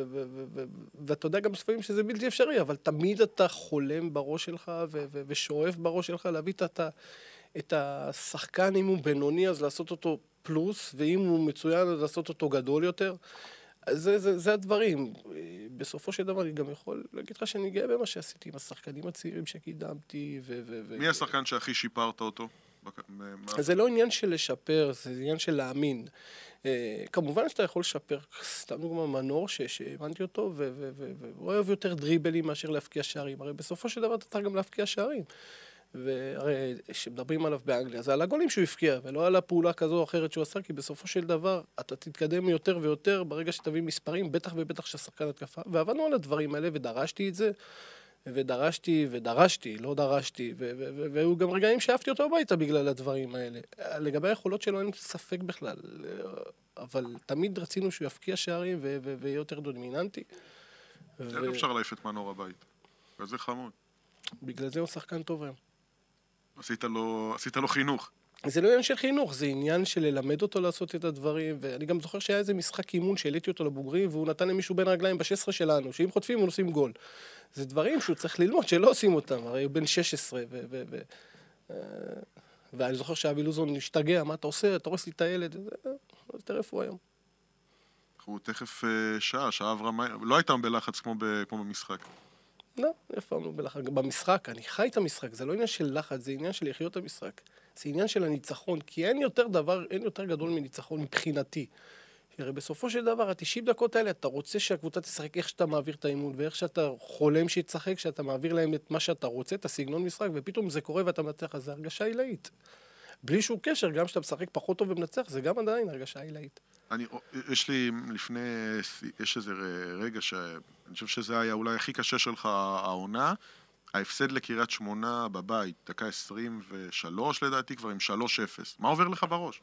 ואתה יודע גם לפעמים שזה בלתי אפשרי, אבל תמיד אתה חולם בראש שלך ושואף בראש שלך להביא את השחקן, אם הוא בינוני, אז לעשות אותו פלוס, ואם הוא מצוין, אז לעשות אותו גדול יותר. זה, זה, זה הדברים. בסופו של דבר אני גם יכול להגיד לך שאני גאה במה שעשיתי עם השחקנים הצעירים שקידמתי. ו- ו- ו- מי השחקן שהכי שיפרת אותו? זה לא עניין של לשפר, זה עניין של להאמין. כמובן שאתה יכול לשפר, סתם דוגמה מנור שהבנתי אותו, והוא אוהב יותר דריבלים מאשר להפקיע שערים. הרי בסופו של דבר אתה צריך גם להפקיע שערים. והרי שמדברים עליו באנגליה, זה על הגולים שהוא הפקיע, ולא על הפעולה כזו או אחרת שהוא עשה, כי בסופו של דבר אתה תתקדם יותר ויותר ברגע שתביא מספרים, בטח ובטח שהשחקן התקפה, ועבדנו על הדברים האלה ודרשתי את זה, ודרשתי ודרשתי, לא דרשתי, והיו גם רגעים שאהבתי אותו הביתה בגלל הדברים האלה. לגבי היכולות שלו אין ספק בכלל, אבל תמיד רצינו שהוא יפקיע שערים ויהיה יותר דומיננטי. איך אפשר להעיף את מנור הבית? וזה חמוד. בגלל זה הוא שחקן טוב היום. עשית לו, עשית לו חינוך. זה לא עניין של חינוך, זה עניין של ללמד אותו לעשות את הדברים, ואני גם זוכר שהיה איזה משחק אימון שהעליתי אותו לבוגרים, והוא נתן למישהו בין רגליים ב-שש עשרה שלנו, שאם חוטפים הוא עושים גול. זה דברים שהוא צריך ללמוד שלא עושים אותם, הרי הוא בן שש עשרה, ו... ו, ו ואני זוכר שאבי לוזון השתגע, מה אתה עושה? אתה הורס לי את הילד, אז תראה איפה הוא היום. הוא תכף שעה, שעה עברה, לא הייתם בלחץ כמו, ב, כמו במשחק. לא, איפה אמרו בלחץ? במשחק, אני חי את המשחק, זה לא עניין של לחץ, זה עניין של לחיות את המשחק. זה עניין של הניצחון, כי אין יותר דבר, אין יותר גדול מניצחון מבחינתי. הרי בסופו של דבר, ה-תשעים דקות האלה, אתה רוצה שהקבוצה תשחק איך שאתה מעביר את האימון, ואיך שאתה חולם שיצחק, שאתה מעביר להם את מה שאתה רוצה, את הסגנון משחק, ופתאום זה קורה ואתה מנצח, אז זה הרגשה עילאית. בלי שום קשר, גם שאתה משחק פחות טוב ומנצח, זה גם עדיין הרגשה עילאית. אני, יש לי לפני, יש איזה רגע שאני חושב שזה היה אולי הכי קשה שלך העונה, ההפסד לקריית שמונה בבית, דקה עשרים ושלוש לדעתי, כבר עם שלוש אפס. מה עובר לך בראש?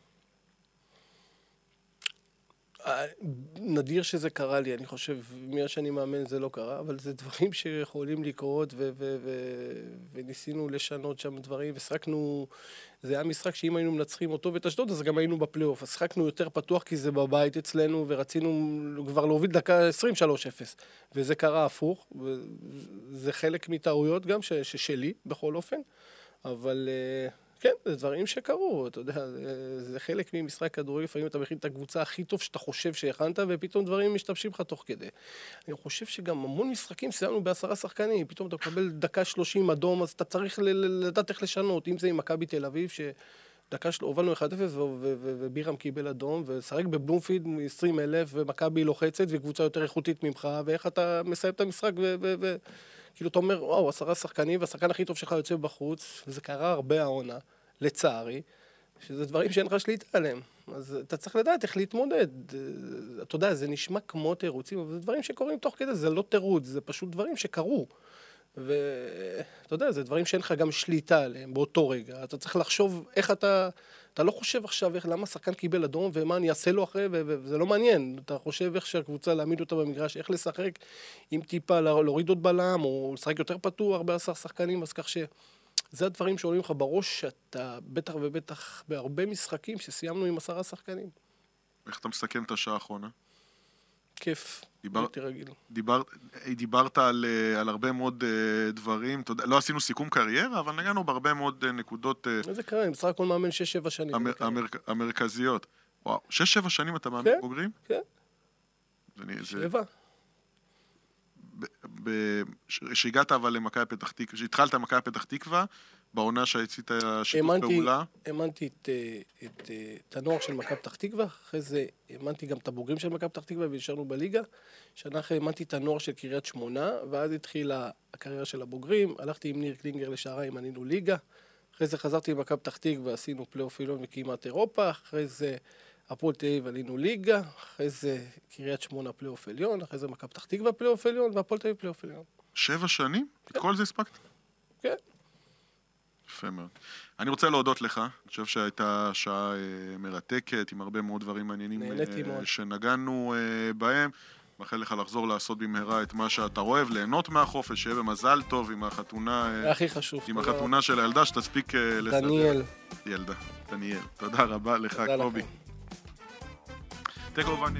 נדיר שזה קרה לי, אני חושב, מאז שאני מאמן זה לא קרה, אבל זה דברים שיכולים לקרות, ו- ו- ו- וניסינו לשנות שם דברים, ושחקנו, זה היה משחק שאם היינו מנצחים אותו ואת אשדוד, אז גם היינו בפלייאוף, אז שחקנו יותר פתוח כי זה בבית אצלנו, ורצינו כבר להוביל דקה עשרים ושלוש אפס, וזה קרה הפוך, וזה חלק מטעויות גם ש- ששלי, בכל אופן, אבל כן, זה דברים שקרו, אתה יודע, זה, זה חלק ממשחק כדורגל, לפעמים אתה מכין את הקבוצה הכי טוב שאתה חושב שהכנת, ופתאום דברים משתבשים לך תוך כדי. אני חושב שגם המון משחקים סיימנו בעשרה שחקנים, פתאום אתה מקבל דקה שלושים אדום, אז אתה צריך לדעת איך לשנות, אם זה עם מכבי תל אביב, שדקה שלו, הובלנו אחד אפס, ובירם קיבל אדום, ושחק בבלומפילד עשרים אלף, ומכבי לוחצת, וקבוצה יותר איכותית ממך, ואיך אתה מסיים את המשחק, ו... כאילו אתה אומר, וואו, עשרה שחקנים, והשחקן הכי טוב שלך יוצא בחוץ, וזה קרה הרבה העונה, לצערי, שזה דברים שאין לך שליטה עליהם. אז אתה צריך לדעת איך להתמודד. אתה יודע, זה נשמע כמו תירוצים, אבל זה דברים שקורים תוך כדי, זה לא תירוץ, זה פשוט דברים שקרו. ואתה יודע, זה דברים שאין לך גם שליטה עליהם באותו רגע. אתה צריך לחשוב איך אתה... אתה לא חושב עכשיו איך, למה שחקן קיבל אדום, ומה אני אעשה לו אחרי, וזה לא מעניין. אתה חושב איך שהקבוצה להעמיד אותה במגרש, איך לשחק, אם טיפה להוריד עוד בלם, או לשחק יותר פתוח בעשר שחקנים, אז כך ש... זה הדברים שעולים לך בראש, שאתה בטח ובטח בהרבה משחקים שסיימנו עם עשרה שחקנים. איך אתה מסכם את השעה האחרונה? כיף, דיבר... בלתי רגיל. דיבר... דיברת על, על הרבה מאוד דברים, לא עשינו סיכום קריירה, אבל נגענו בהרבה מאוד נקודות... איזה קרה, משחק הכל מאמן שש שבע שנים. המר... המר... המרכזיות. וואו, שש שבע שנים אתה מאמן כן, בוגרים? כן, זה... שבע. שהגעת אבל למכבי פתח תקווה, שהתחלת למכבי פתח תקווה, בעונה שהצית שיתוף פעולה. האמנתי את, את, את הנוער של מכבי פתח תקווה, אחרי זה האמנתי גם את הבוגרים של מכבי פתח תקווה ונשארנו בליגה. שנה אחרי האמנתי את הנוער של קריית שמונה, ואז התחילה הקריירה של הבוגרים, הלכתי עם ניר קלינגר לשעריים, ענינו ליגה. אחרי זה חזרתי למכבי פתח תקווה, עשינו פלייאוף עליון וכמעט אירופה, אחרי זה הפועל תל אביב עלינו ליגה, אחרי זה קריית שמונה פלייאוף עליון, אחרי זה מכבי פתח תקווה פלייאוף עליון, והפועל תל אביב פלייאוף עליון. שבע שנים? את כל זה הספקת? כן. יפה מאוד. אני רוצה להודות לך, אני חושב שהייתה שעה מרתקת, עם הרבה מאוד דברים מעניינים שנגענו בהם. מאחל לך לחזור לעשות במהרה את מה שאתה אוהב, ליהנות מהחופש, שיהיה במזל טוב עם החתונה... הכי חשוב. עם החתונה של הילדה, שתספיק לסדר. דניאל. ילדה, דניאל. תודה רבה לך, קובי. תהיה כמובן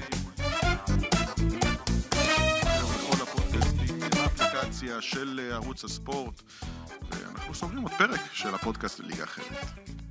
בכל הפודקאסטים, האפליקציה של ערוץ הספורט, ואנחנו סוגרים עוד פרק של הפודקאסט לליגה אחרת.